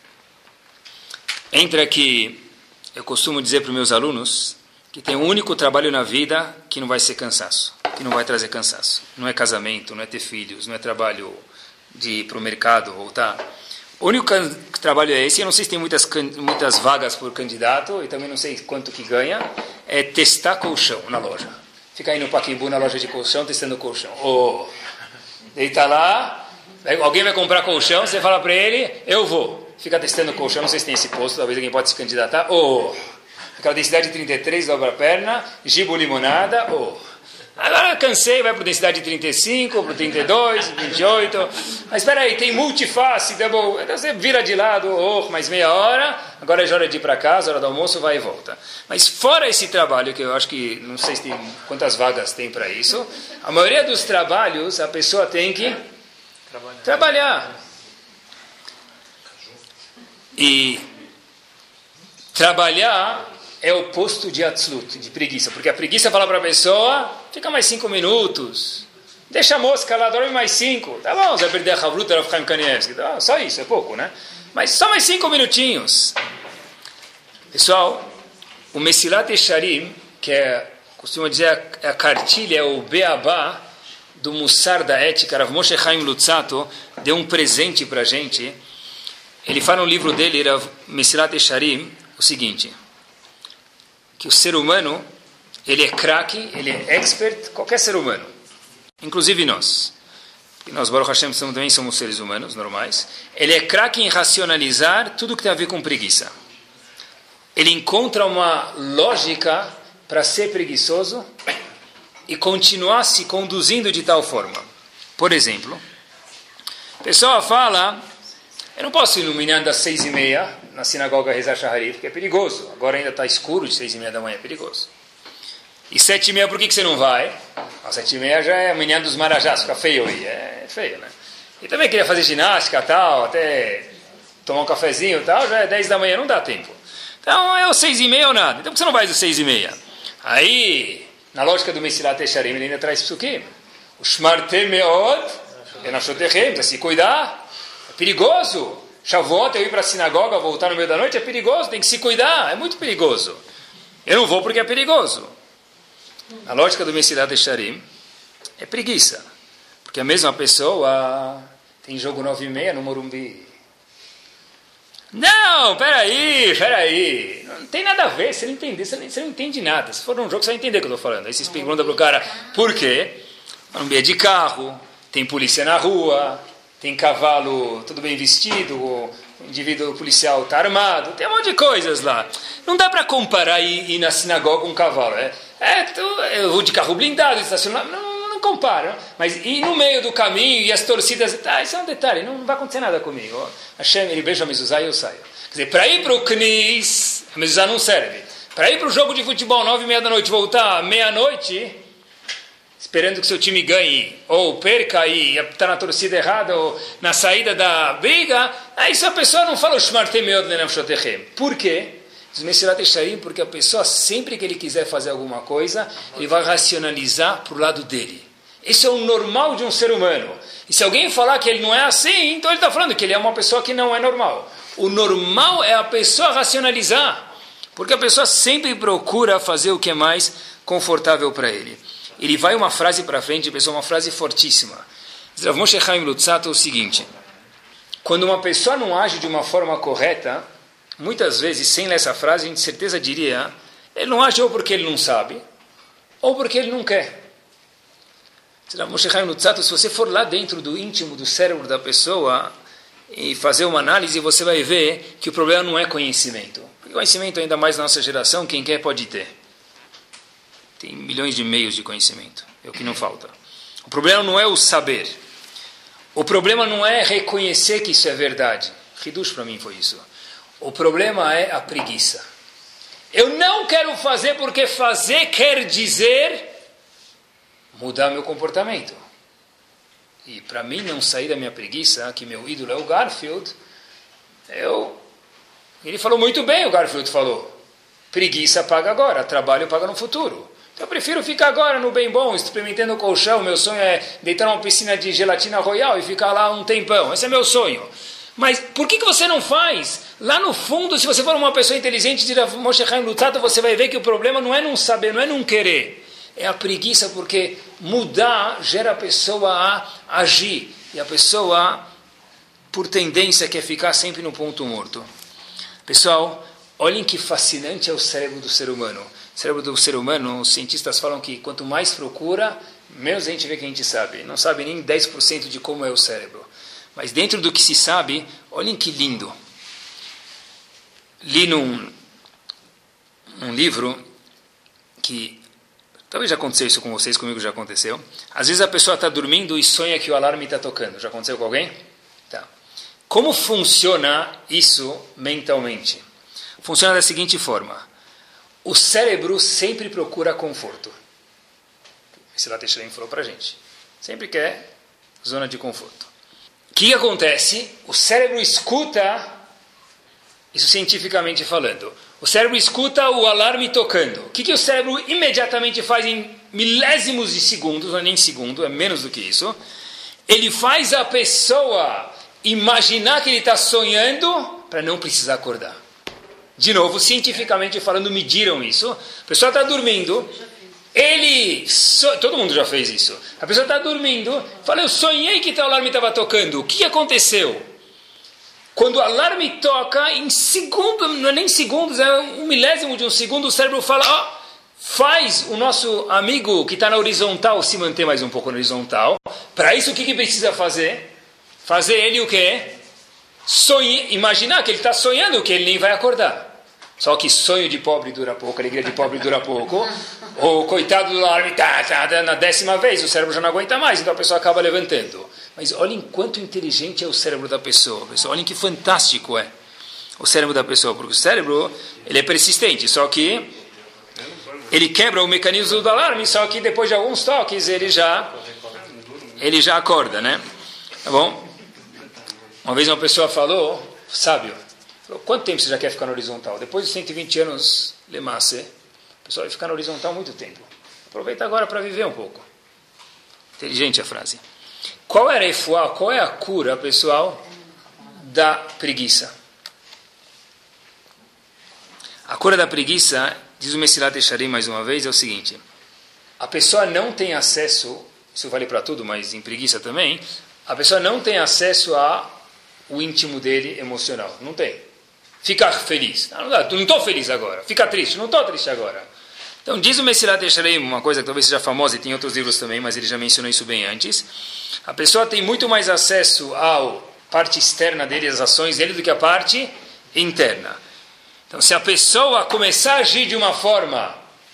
Entra que eu costumo dizer para os meus alunos que tem um único trabalho na vida que não vai ser cansaço, que não vai trazer cansaço. Não é casamento, não é ter filhos, não é trabalho de ir para o mercado, voltar. O único trabalho é esse, eu não sei se tem muitas, muitas vagas por candidato, e também não sei quanto que ganha, é testar colchão na loja. Fica aí no Paquimbu, na loja de colchão, testando colchão. Oh, deita lá, alguém vai comprar colchão, você fala para ele, eu vou. Fica testando colchão, não sei se tem esse posto, talvez alguém pode se candidatar. Oh, aquela densidade de trinta e três, dobra a perna, gibo limonada, oh. Agora cansei, vai para densidade de trinta e cinco, para trinta e dois, vinte e oito. Mas espera aí, tem multiface, double. Então você vira de lado, oh, mais meia hora, agora é hora de ir para casa, hora do almoço, vai e volta. Mas fora esse trabalho, que eu acho que, não sei se tem quantas vagas tem para isso, a maioria dos trabalhos a pessoa tem que trabalhar. trabalhar. E trabalhar é o oposto de atzlut, de preguiça. Porque a preguiça fala para a pessoa, fica mais cinco minutos, deixa a mosca lá, dorme mais cinco. Tá bom, você vai perder a Havruta, vai ficar em Kanievski. Tá, só isso, é pouco, né? Mas só mais cinco minutinhos. Pessoal, o Mesilat Yesharim, que é, costuma dizer, a, a cartilha, é o beabá do Mussar da Ética, Rav Moshe Chaim Lutzato, deu um presente para a gente. ele fala no livro dele, Mesilat Yesharim, o seguinte, que o ser humano, ele é craque, ele é expert, qualquer ser humano, inclusive nós. E nós, Baruch Hashem, também somos seres humanos normais. Ele é craque em racionalizar tudo que tem a ver com preguiça. Ele encontra uma lógica para ser preguiçoso e continuar se conduzindo de tal forma. Por exemplo, a pessoa fala, eu não posso iluminar das seis e meia na sinagoga rezar Shaharit, porque é perigoso. Agora ainda está escuro, de seis e meia da manhã é perigoso. E sete e meia, por que, que você não vai? Às sete e meia já é amanhã dos Marajás, fica feio aí, é feio, né? E também queria fazer ginástica, tal, até tomar um cafezinho, tal, já é dez da manhã, não dá tempo. Então é os seis e meia ou nada. Então por que você não vai às seis e meia? Aí, na lógica do Mesilat Yesharim, ele ainda traz psukim. O Shmarte Meod, Enashotechem, para se cuidar, é perigoso. Shavuot, eu ir para a sinagoga, voltar no meio da noite, é perigoso, tem que se cuidar, é muito perigoso. Eu não vou porque é perigoso. A lógica do Mesilat Yesharim é preguiça. Porque a mesma pessoa tem jogo nove e meia no Morumbi. Não, peraí, peraí. Não tem nada a ver, você não entende, você não, você não entende nada. Se for um jogo, você vai entender o que eu estou falando. Aí você pergunta para o cara, por quê? Morumbi é de carro, tem polícia na rua, tem cavalo tudo bem vestido, o indivíduo policial está armado, tem um monte de coisas lá. Não dá para comparar ir, ir na sinagoga com um cavalo. É, é tu, eu vou de carro blindado, estacionado, não, não comparo. Mas ir no meio do caminho e as torcidas, ah, isso é um detalhe, não, não vai acontecer nada comigo. Hashem, ele beija a mezuzá e eu saio. Quer dizer, para ir para o Knis, a mezuzá não serve. Para ir para o jogo de futebol, nove e meia da noite, voltar meia-noite, esperando que seu time ganhe, ou perca e está na torcida errada, ou na saída da briga, aí se a pessoa não fala o Shmartem Meod Lenam Shotechem. Por quê? Diz Mesilat Yesharim, porque a pessoa, sempre que ele quiser fazer alguma coisa, ele vai racionalizar para o lado dele. Esse é o normal de um ser humano. E se alguém falar que ele não é assim, então ele está falando que ele é uma pessoa que não é normal. O normal é a pessoa racionalizar, porque a pessoa sempre procura fazer o que é mais confortável para ele. Ele vai uma frase para frente, pessoal, uma frase fortíssima. Rav Moshe Chaim Luzzatto é o seguinte, quando uma pessoa não age de uma forma correta, muitas vezes, sem ler essa frase, a gente certeza diria, ele não age ou porque ele não sabe, ou porque ele não quer. Rav Moshe Chaim Luzzatto, se você for lá dentro do íntimo do cérebro da pessoa e fazer uma análise, você vai ver que o problema não é conhecimento. Porque conhecimento, ainda mais na nossa geração, quem quer pode ter. Tem milhões de meios de conhecimento. É o que não falta. O problema não é o saber. O problema não é reconhecer que isso é verdade. Hidush para mim foi isso. O problema é a preguiça. Eu não quero fazer porque fazer quer dizer mudar meu comportamento. E para mim não sair da minha preguiça, que meu ídolo é o Garfield, eu... ele falou muito bem, o Garfield falou. Preguiça paga agora, trabalho paga no futuro. Então eu prefiro ficar agora no bem bom, experimentando o colchão. Meu sonho é deitar numa piscina de gelatina royal e ficar lá um tempão. Esse é meu sonho. Mas por que, que você não faz? Lá no fundo, se você for uma pessoa inteligente, de Moshe Chaim Luzzatto, você vai ver que o problema não é não saber, não é não querer. É a preguiça, porque mudar gera a pessoa a agir. E a pessoa, por tendência, quer ficar sempre no ponto morto. Pessoal, olhem que fascinante é o cérebro do ser humano. O cérebro do ser humano, os cientistas falam que quanto mais procura, menos a gente vê que a gente sabe. Não sabe nem dez por cento de como é o cérebro. Mas dentro do que se sabe, olhem que lindo. Li num, num livro que, talvez já aconteceu isso com vocês, comigo já aconteceu. Às vezes a pessoa está dormindo e sonha que o alarme está tocando. Já aconteceu com alguém? Tá. Como funciona isso mentalmente? Funciona da seguinte forma. O cérebro sempre procura conforto. Esse lá Teixeira falou para a gente. Sempre quer zona de conforto. O que acontece? O cérebro escuta, isso cientificamente falando, o cérebro escuta o alarme tocando. O que, que o cérebro imediatamente faz em milésimos de segundos, não é nem segundo, é menos do que isso? Ele faz a pessoa imaginar que ele está sonhando para não precisar acordar. De novo, cientificamente falando, mediram isso. A pessoa está dormindo, ele... So... Todo mundo já fez isso. A pessoa está dormindo, fala, eu sonhei que o alarme estava tocando. O que aconteceu? Quando o alarme toca, em segundo, não é nem segundos, é um milésimo de um segundo, o cérebro fala, ó, oh, faz o nosso amigo que está na horizontal se manter mais um pouco na horizontal. Para isso, o que, que precisa fazer? Fazer ele o quê? Sonhe, imaginar que ele está sonhando que ele nem vai acordar. Só que sonho de pobre dura pouco, alegria de pobre dura pouco. O coitado do alarme, tá, tá, na décima vez, o cérebro já não aguenta mais, então a pessoa acaba levantando. Mas olhem quanto inteligente é o cérebro da pessoa, pessoal. Olhem que fantástico é o cérebro da pessoa, porque o cérebro ele é persistente, só que ele quebra o mecanismo do alarme, só que depois de alguns toques ele já, ele já acorda, né? Tá bom? Uma vez uma pessoa falou, sábio, falou, quanto tempo você já quer ficar no horizontal? Depois de cento e vinte anos, lemasse, a pessoa vai ficar no horizontal muito tempo. Aproveita agora para viver um pouco. Inteligente a frase. Qual é a refuá, qual é a cura, pessoal, da preguiça? A cura da preguiça, diz o Mesilat Yesharim mais uma vez, é o seguinte. A pessoa não tem acesso, isso vale para tudo, mas em preguiça também, a pessoa não tem acesso ao íntimo dele emocional. Não tem. Fica feliz. Não, não estou feliz agora. Fica triste. Não estou triste agora. Então, diz o Mesilat Yesharim, uma coisa que talvez seja famosa e tem outros livros também, mas ele já mencionou isso bem antes. A pessoa tem muito mais acesso à parte externa dele, às ações dele, do que a parte interna. Então, se a pessoa começar a agir de uma forma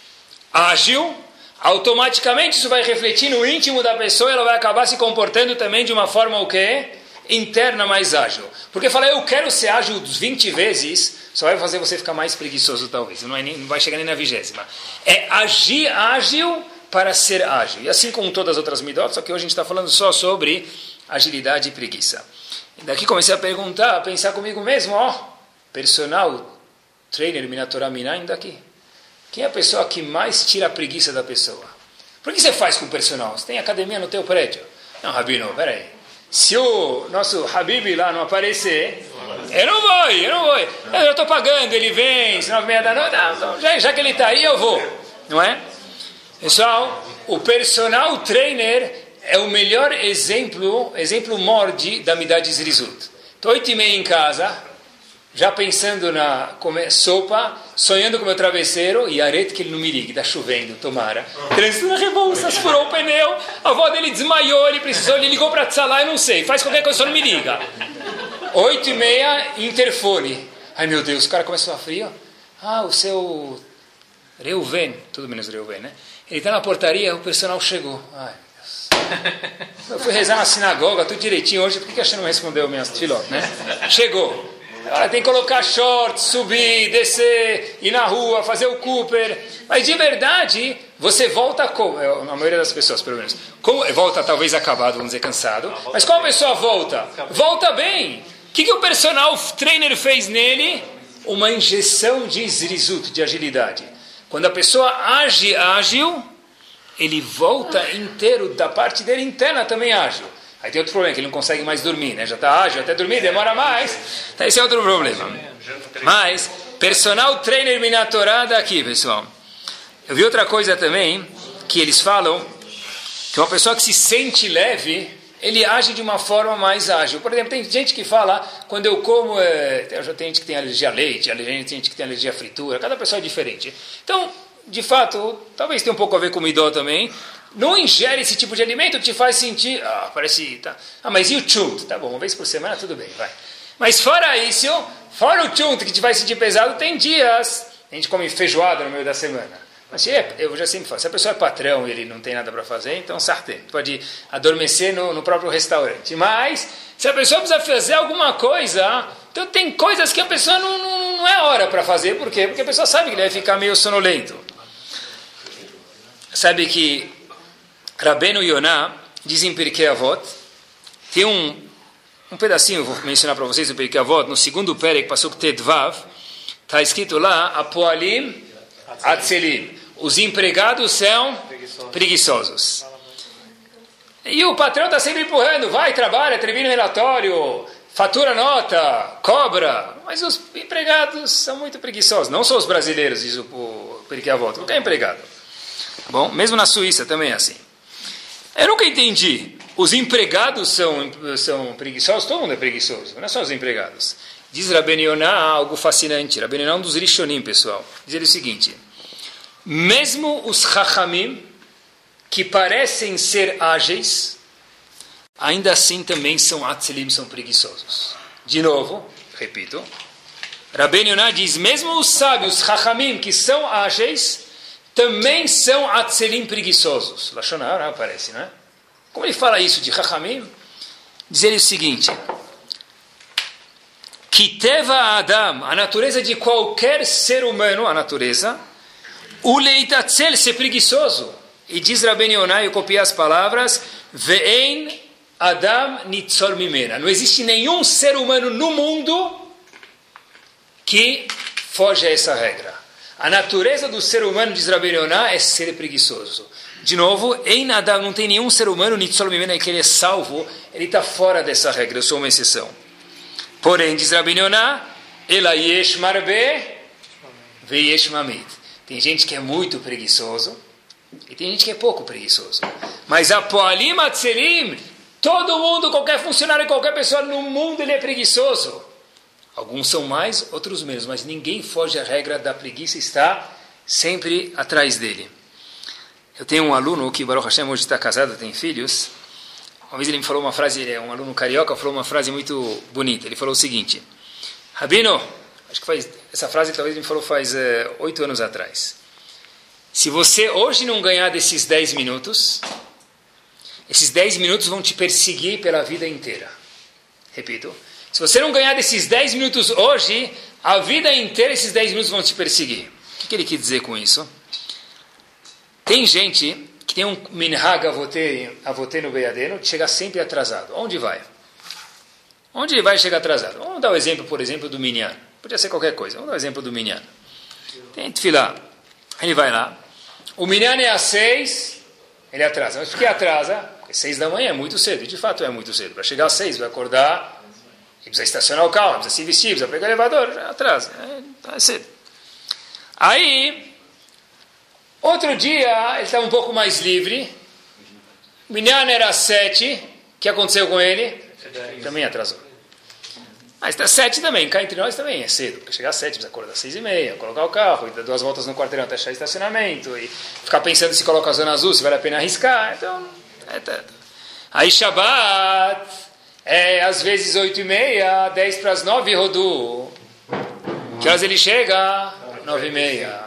ágil, automaticamente isso vai refletir no íntimo da pessoa e ela vai acabar se comportando também de uma forma o quê? Interna mais ágil. Porque falar, eu quero ser ágil vinte vezes, só vai fazer você ficar mais preguiçoso talvez. Não, é nem, não vai chegar nem na vigésima. É agir ágil para ser ágil. E assim como todas as outras midot, só que hoje a gente está falando só sobre agilidade e preguiça. E daqui comecei a perguntar, a pensar comigo mesmo, ó, personal trainer Minatorah Minaim daqui. Quem é a pessoa que mais tira a preguiça da pessoa? Por que você faz com o personal? Você tem academia no teu prédio? Não, Rabino, peraí. Se o nosso Habib lá não aparecer, eu não vou, eu não vou. Eu estou pagando, ele vem, se nove e meia da noite, não, já, já que ele está aí, eu vou. Não é? Pessoal, o personal trainer é o melhor exemplo, exemplo morde da Midat Zrizut. Estou oito e meia em casa, já pensando na comer sopa, sonhando com o meu travesseiro, e areto que ele não me ligue, está chovendo, tomara. Trânsito na Rebouça, furou o pneu, a avó dele desmaiou, ele precisou, ele ligou para Tzalá, eu não sei, faz qualquer coisa, só não me liga. Oito e meia, interfone. Ai meu Deus, o cara começou a frio. Ah, o seu Reuven, tudo menos Reuven, né? Ele está na portaria, o personal chegou. Ai, meu Deus. Eu fui rezar na sinagoga, tudo direitinho hoje, por que a gente não respondeu minhas filhotes, né? Chegou. Agora tem que colocar shorts, subir, descer, ir na rua, fazer o Cooper. Mas de verdade, você volta como? A maioria das pessoas, pelo menos. Como, volta talvez acabado, vamos dizer, cansado. Mas como a pessoa volta? Volta bem. O que, que o personal trainer fez nele? Uma injeção de zrizut, de agilidade. Quando a pessoa age ágil, ele volta inteiro, da parte dele interna também ágil. Aí tem outro problema, que ele não consegue mais dormir, né? Já está ágil, até dormir demora mais. Então esse é outro problema. Mas, personal trainer Minatorah daqui, pessoal. Eu vi outra coisa também, que eles falam, que uma pessoa que se sente leve, ele age de uma forma mais ágil. Por exemplo, tem gente que fala, quando eu como, é, tem gente que tem alergia a leite, tem gente que tem alergia a fritura, cada pessoa é diferente. Então, de fato, talvez tenha um pouco a ver com o idó também. Não ingere esse tipo de alimento que te faz sentir, ah, parece, tá. Ah, mas e o chunt? Tá bom, uma vez por semana, tudo bem, vai. Mas fora isso, fora o chunt que te vai sentir pesado, tem dias, a gente come feijoada no meio da semana. Mas é, eu já sempre falo, se a pessoa é patrão e ele não tem nada para fazer, então sartém, pode adormecer no, no próprio restaurante. Mas, se a pessoa precisa fazer alguma coisa, então tem coisas que a pessoa não, não, não é hora para fazer. Por quê? Porque a pessoa sabe que ele vai ficar meio sonolento. Sabe que Rabbeinu Yonah diz em Pirkei Avot, tem um, um pedacinho, vou mencionar para vocês no Pirkei Avot, no segundo Perek, Pasuk Tedvav, está escrito lá, Apoalim Atzelim. Os empregados são preguiçosos. E o patrão está sempre empurrando, vai, trabalha, termina o relatório, fatura nota, cobra. Mas os empregados são muito preguiçosos. Não são os brasileiros, diz o Pirkei Avot, qualquer empregado. Bom, mesmo na Suíça também é assim. Eu nunca entendi. os empregados são, são preguiçosos, todo mundo é preguiçoso, não é só os empregados. Diz Rabbeinu Yonah algo fascinante. Rabbeinu Yonah é um dos Rishonim, pessoal. Diz ele o seguinte: mesmo os Chachamim, que parecem ser ágeis, ainda assim também são atzelim, são preguiçosos. De novo, repito, Rabbeinu Yonah diz, mesmo os sábios, Chachamim, que são ágeis, também são atzelim preguiçosos. Lashon Hara aparece, não é? Como ele fala isso de Chachamim? Diz ele o seguinte: Kiteva Adam, a natureza de qualquer ser humano, a natureza, o leitatzel, ser preguiçoso. E diz Rabbeinu Yonah, eu copiei as palavras, Ve'en Adam nitzor mimena. Não existe nenhum ser humano no mundo que foge a essa regra. A natureza do ser humano, diz Rabbeinu Yonah, é ser preguiçoso. De novo, em Adam não tem nenhum ser humano, nitzor mimena, que ele é salvo, ele está fora dessa regra, eu sou uma exceção. Porém, diz Rabbeinu Yonah, Ela yesh marbe veyesh mamit. Tem gente que é muito preguiçoso e tem gente que é pouco preguiçoso. Mas a poalim atzelim, todo mundo, qualquer funcionário, qualquer pessoa no mundo, ele é preguiçoso. Alguns são mais, outros menos, mas ninguém foge à regra da preguiça, está sempre atrás dele. Eu tenho um aluno que, Baruch Hashem, hoje está casado, tem filhos. Uma vez ele me falou uma frase, ele é um aluno carioca, falou uma frase muito bonita. Ele falou o seguinte: Rabino, acho que faz, essa frase talvez ele me falou faz oito uh, anos atrás. Se você hoje não ganhar desses dez minutos, esses dez minutos vão te perseguir pela vida inteira. Repito, se você não ganhar desses dez minutos hoje, a vida inteira esses dez minutos vão te perseguir. O que, que ele quer dizer com isso? Tem gente que tem um minhag avotê no Beiadeno, que chega sempre atrasado. Onde vai? Onde ele vai chegar atrasado? Vamos dar o exemplo, por exemplo, do Minyan. Podia ser qualquer coisa. Vamos dar o exemplo do Minyan. Tem tefilá. Ele vai lá. O Minyan é às seis, ele atrasa. Mas por que atrasa? Porque seis da manhã é muito cedo. E de fato é muito cedo. Para chegar às seis, vai acordar, ele precisa estacionar o carro, precisa se vestir, precisa pegar o elevador, já atrasa. É, é cedo. Aí, outro dia, ele estava um pouco mais livre. O Minyan era às sete. O que aconteceu com ele? Também atrasou. Mas está sete também, cá entre nós também é cedo. Porque chegar às sete, precisa acordar às seis e meia, colocar o carro, dar duas voltas no quarteirão até achar estacionamento, e ficar pensando se coloca a zona azul, se vale a pena arriscar. Então, é, tá. Aí Shabbat, é às vezes oito e meia, dez para as nove, Rodu. Que horas ele chega? Nove e meia.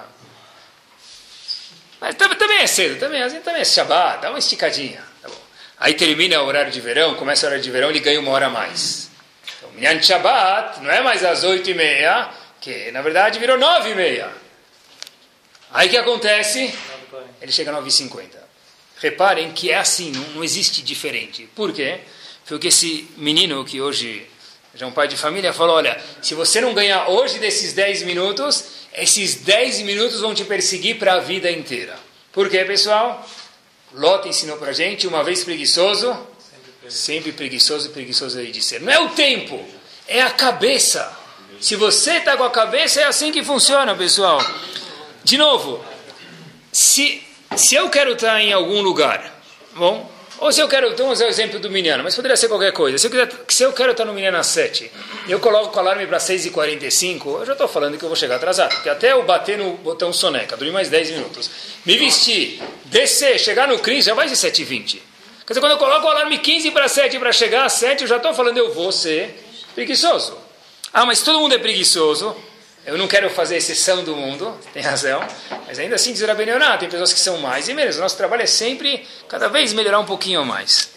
Mas também é cedo, também, assim, também é Shabbat, dá uma esticadinha. Tá bom. Aí termina o horário de verão, começa o horário de verão, ele ganha uma hora a mais. Então, Minyan Shabbat não é mais às oito e meia, que na verdade virou nove e meia. Aí o que acontece? Ele chega às nove e cinquenta. Reparem que é assim, não, não existe diferente. Por quê? Porque esse menino que hoje já é um pai de família falou, olha, se você não ganhar hoje desses dez minutos, esses dez minutos vão te perseguir para a vida inteira. Por quê, pessoal? Lota ensinou para a gente, uma vez preguiçoso, sempre, sempre preguiçoso e preguiçoso aí de ser. Não é o tempo, é a cabeça. Se você está com a cabeça, é assim que funciona, pessoal. De novo, se, se eu quero estar em algum lugar, bom, ou se eu quero, então usar o exemplo do Minyan, mas poderia ser qualquer coisa. Se eu, quiser, se eu quero estar no Minyan às sete, e eu coloco o alarme para seis e quarenta e cinco, eu já estou falando que eu vou chegar atrasado. Porque até eu bater no botão soneca, dormir mais dez minutos, me vestir, descer, chegar no Cris, já vai ser sete e vinte. Quer dizer, quando eu coloco o alarme quinze para sete para chegar às sete, eu já estou falando eu vou ser preguiçoso. Ah, mas todo mundo é preguiçoso. Eu não quero fazer exceção do mundo, tem razão, mas ainda assim diz Rabbeinu Yonah, tem pessoas que são mais e menos. O nosso trabalho é sempre, cada vez, melhorar um pouquinho mais.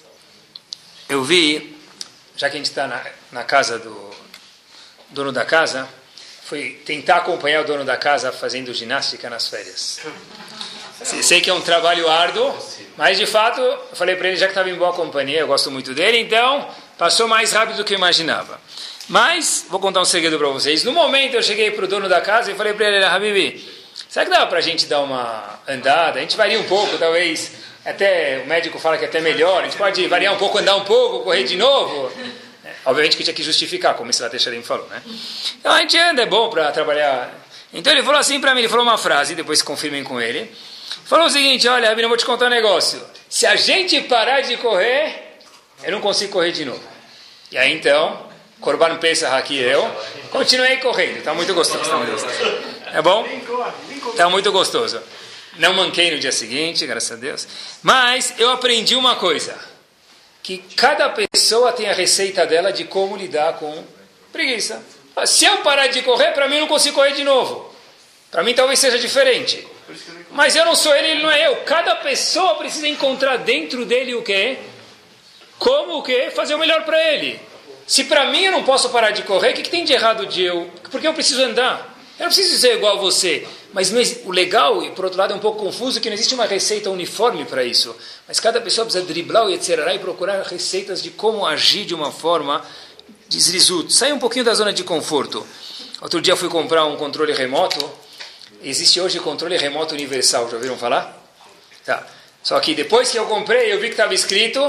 Eu vi, já que a gente está na, na casa do dono da casa, foi tentar acompanhar o dono da casa fazendo ginástica nas férias. Sei que é um trabalho árduo, mas de fato, eu falei para ele, já que estava em boa companhia, eu gosto muito dele, então passou mais rápido do que eu imaginava. Mas, vou contar um segredo para vocês. No momento eu cheguei para o dono da casa e falei para ele, Habibi, será que dava para a gente dar uma andada? A gente varia um pouco, talvez, até o médico fala que é até melhor, a gente pode variar um pouco, andar um pouco, correr de novo. É, obviamente que tinha que justificar, como esse Lateixarim falou, né? Então a gente anda, é bom para trabalhar. Então ele falou assim para mim, ele falou uma frase, depois confirmem com ele. Falou o seguinte, olha, Habibi, eu vou te contar um negócio. Se a gente parar de correr, eu não consigo correr de novo. E aí então, Corban Pesach aqui eu, continuei correndo. Está muito gostoso. Tá muito gostoso. É bom? Está muito gostoso. Não manquei no dia seguinte, graças a Deus. Mas eu aprendi uma coisa. Que cada pessoa tem a receita dela de como lidar com preguiça. Se eu parar de correr, para mim eu não consigo correr de novo. Para mim talvez seja diferente. Mas eu não sou ele, ele não é eu. Cada pessoa precisa encontrar dentro dele o quê? Como o quê? Fazer o melhor para ele. Se para mim eu não posso parar de correr, o que, que tem de errado de eu? Porque eu preciso andar. Eu não preciso ser igual a você. Mas não, o legal, e por outro lado é um pouco confuso, que não existe uma receita uniforme para isso. Mas cada pessoa precisa driblar o Yetzirará e procurar receitas de como agir de uma forma desrisuto. Sai um pouquinho da zona de conforto. Outro dia eu fui comprar um controle remoto. Existe hoje controle remoto universal. Já ouviram falar? Tá. Só que depois que eu comprei, eu vi que estava escrito,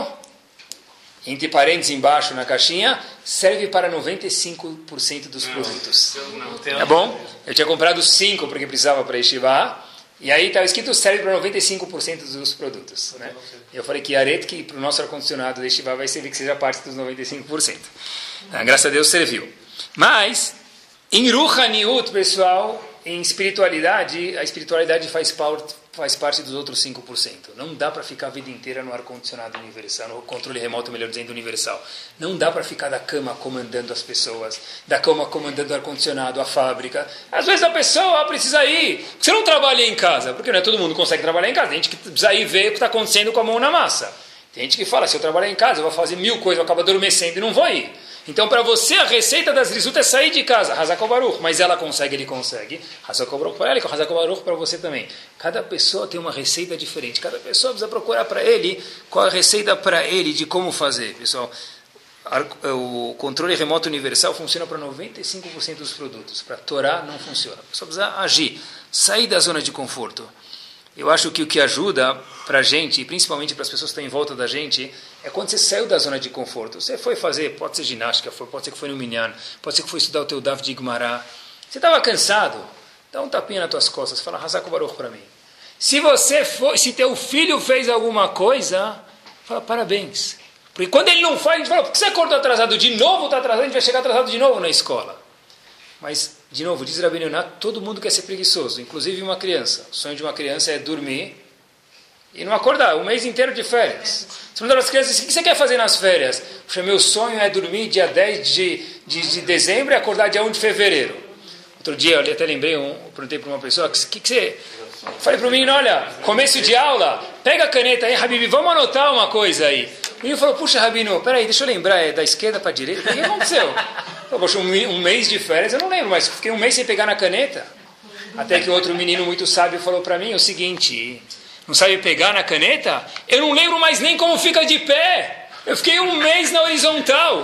entre parênteses embaixo na caixinha, serve para noventa e cinco por cento dos produtos. Tá bom? Eu tinha comprado cinco porque precisava para Yeshiva. E aí estava escrito serve para noventa e cinco por cento dos produtos. Né? Eu falei que areto que para o nosso ar-condicionado da Yeshiva vai servir que seja parte dos noventa e cinco por cento. Ah, graças a Deus serviu. Mas, em Ruhaniut, pessoal, em espiritualidade, a espiritualidade faz parte, faz parte dos outros cinco por cento. Não dá para ficar a vida inteira no ar-condicionado universal, no controle remoto, melhor dizendo, universal. Não dá para ficar da cama comandando as pessoas, da cama comandando o ar-condicionado, a fábrica. Às vezes a pessoa precisa ir. Você não trabalha em casa, porque não é todo mundo que consegue trabalhar em casa. Tem gente que precisa ir ver o que está acontecendo com a mão na massa. Tem gente que fala, se eu trabalhar em casa, eu vou fazer mil coisas, eu acabo adormecendo e não vou ir. Então, para você, a receita das rissutas é sair de casa. Hazak Baruch. Mas ela consegue, ele consegue. Hazak Baruch para ela e Hazak Baruch para você também. Cada pessoa tem uma receita diferente. Cada pessoa precisa procurar para ele qual a receita para ele de como fazer. Pessoal, o controle remoto universal funciona para noventa e cinco por cento dos produtos. Para a Torá não funciona. A pessoa precisa agir. Sair da zona de conforto. Eu acho que o que ajuda para a gente, e principalmente para as pessoas que estão em volta da gente, é quando você saiu da zona de conforto. Você foi fazer, pode ser ginástica, pode ser que foi no minyan, pode ser que foi estudar o teu Daf de Igmará. Você estava cansado, dá um tapinha nas tuas costas, fala Hazak Baruch para mim. Se você foi, se teu filho fez alguma coisa, fala parabéns. Porque quando ele não faz, a gente fala, por que você acordou atrasado de novo, está atrasado, a gente vai chegar atrasado de novo na escola. Mas, de novo, diz Rabbeinu Yonah, todo mundo quer ser preguiçoso, inclusive uma criança. O sonho de uma criança é dormir e não acordar, um mês inteiro de férias. Se uma das crianças, o que você quer fazer nas férias? Puxa, meu sonho é dormir dia dez de, de, de dezembro e acordar dia um de fevereiro. Outro dia, eu até lembrei, um, eu perguntei para uma pessoa, o que, que você... Falei para o menino, olha, começo de aula, pega a caneta aí, Habibi, vamos anotar uma coisa aí. O menino falou, puxa, Rabino, peraí, deixa eu lembrar, é da esquerda para a direita, o que aconteceu? Eu, poxa, um, um mês de férias, eu não lembro, mas fiquei um mês sem pegar na caneta. Até que outro menino muito sábio falou para mim o seguinte, não sabe pegar na caneta? Eu não lembro mais nem como fica de pé. Eu fiquei um mês na horizontal.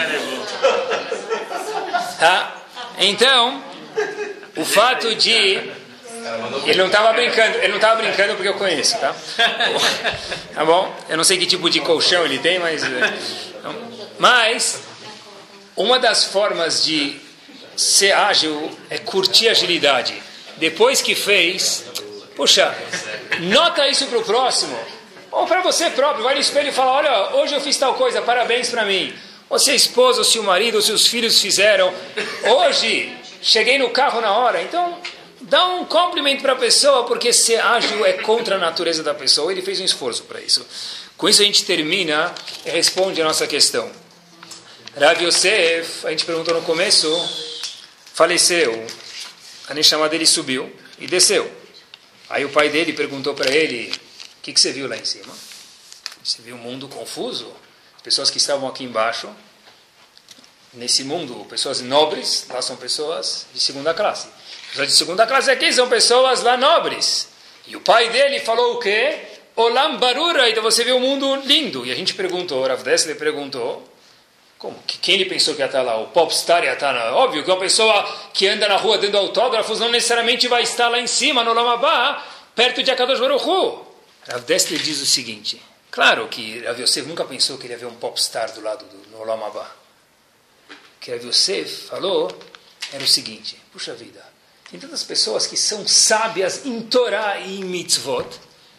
Tá? Então, o fato de... Ele não estava brincando, ele não estava brincando porque eu conheço, tá? Tá bom? Eu não sei que tipo de colchão ele tem, mas... Mas, uma das formas de ser ágil é curtir a agilidade. Depois que fez, puxa, nota isso para o próximo. Ou para você próprio, vai no espelho e fala, olha, hoje eu fiz tal coisa, parabéns para mim. Ou se a esposa, ou se o marido, ou se os filhos fizeram. Hoje, cheguei no carro na hora, então... Dá um cumprimento para a pessoa, porque ser ágil é contra a natureza da pessoa. Ele fez um esforço para isso. Com isso a gente termina e responde a nossa questão. Rav Yosef, a gente perguntou no começo, faleceu. A Neshama dele subiu e desceu. Aí o pai dele perguntou para ele, o que, que você viu lá em cima? Você viu um mundo confuso? As pessoas que estavam aqui embaixo, nesse mundo, pessoas nobres, lá são pessoas de segunda classe. Pessoas de segunda classe aqui são pessoas lá nobres. E o pai dele falou o quê? Olam Barura, então você vê um mundo lindo. E a gente perguntou, o Rav Dessler perguntou, como? Quem ele pensou que ia estar lá? O popstar ia estar lá? Óbvio que uma pessoa que anda na rua dando autógrafos não necessariamente vai estar lá em cima, no Olam Abba, perto de Akadosh Baruch Hu. Rav Dessler diz o seguinte, claro que Rav Yosef nunca pensou que ele ia ver um popstar do lado do no Olam Abba. O que Rav Yosef falou era o seguinte, puxa vida, tem tantas pessoas que são sábias em Torá e em mitzvot,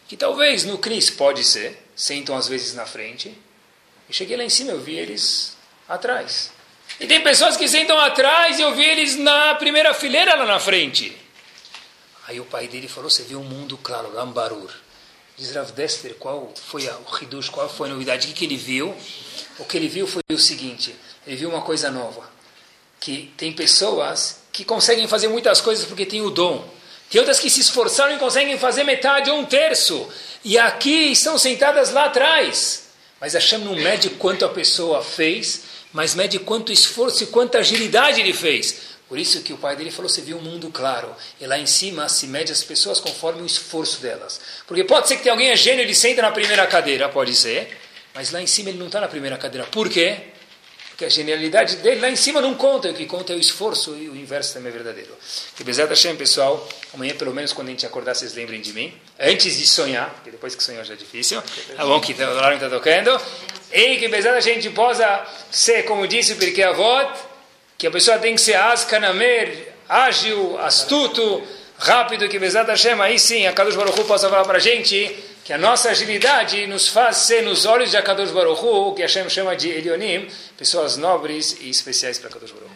que talvez no Cris pode ser, sentam às vezes na frente, e cheguei lá em cima, eu vi eles atrás. E tem pessoas que sentam atrás e eu vi eles na primeira fileira lá na frente. Aí o pai dele falou, você viu um mundo claro, Gambarur. Diz Rav Dessler, qual foi a, o Hidush, qual foi a novidade? O que, que ele viu? O que ele viu foi o seguinte, ele viu uma coisa nova, que tem pessoas que conseguem fazer muitas coisas porque tem o dom. Tem outras que se esforçaram e conseguem fazer metade ou um terço. E aqui estão sentadas lá atrás. Mas Hashem não mede quanto a pessoa fez, mas mede quanto esforço e quanta agilidade ele fez. Por isso que o pai dele falou, você viu um mundo claro. E lá em cima se mede as pessoas conforme o esforço delas. Porque pode ser que tem alguém é gênio, ele senta na primeira cadeira, pode ser. Mas lá em cima ele não está na primeira cadeira. Por quê? Porque a genialidade dele lá em cima não conta. O que conta é o esforço e o inverso também é verdadeiro. Que Bezat Hashem, pessoal, amanhã pelo menos quando a gente acordar, vocês lembrem de mim. Antes de sonhar, porque depois que sonhar já é difícil. Tá bom que o alarme está tocando. E que Bezat Hashem a gente possa ser, como disse o Pirkei Avot, que a pessoa tem que ser askanamer, ágil, astuto, rápido, que Bezat Hashem, aí sim, a Kadosh Baruch Hu possa falar para a gente que a nossa agilidade nos faz ser, nos olhos de Akadosh Baruch Hu, que Hashem chama de Elionim, pessoas nobres e especiais para Akadosh Baruch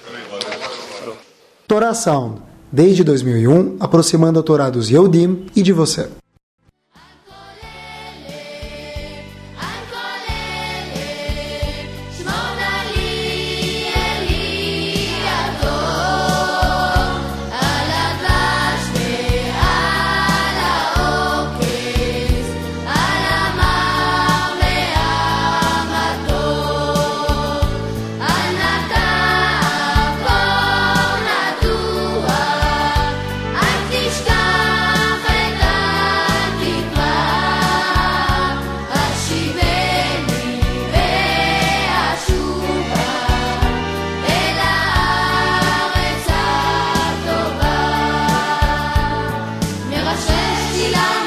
Hu. Torá Sound, desde dois mil e um, aproximando a Torá dos Yehudim e de você. Tila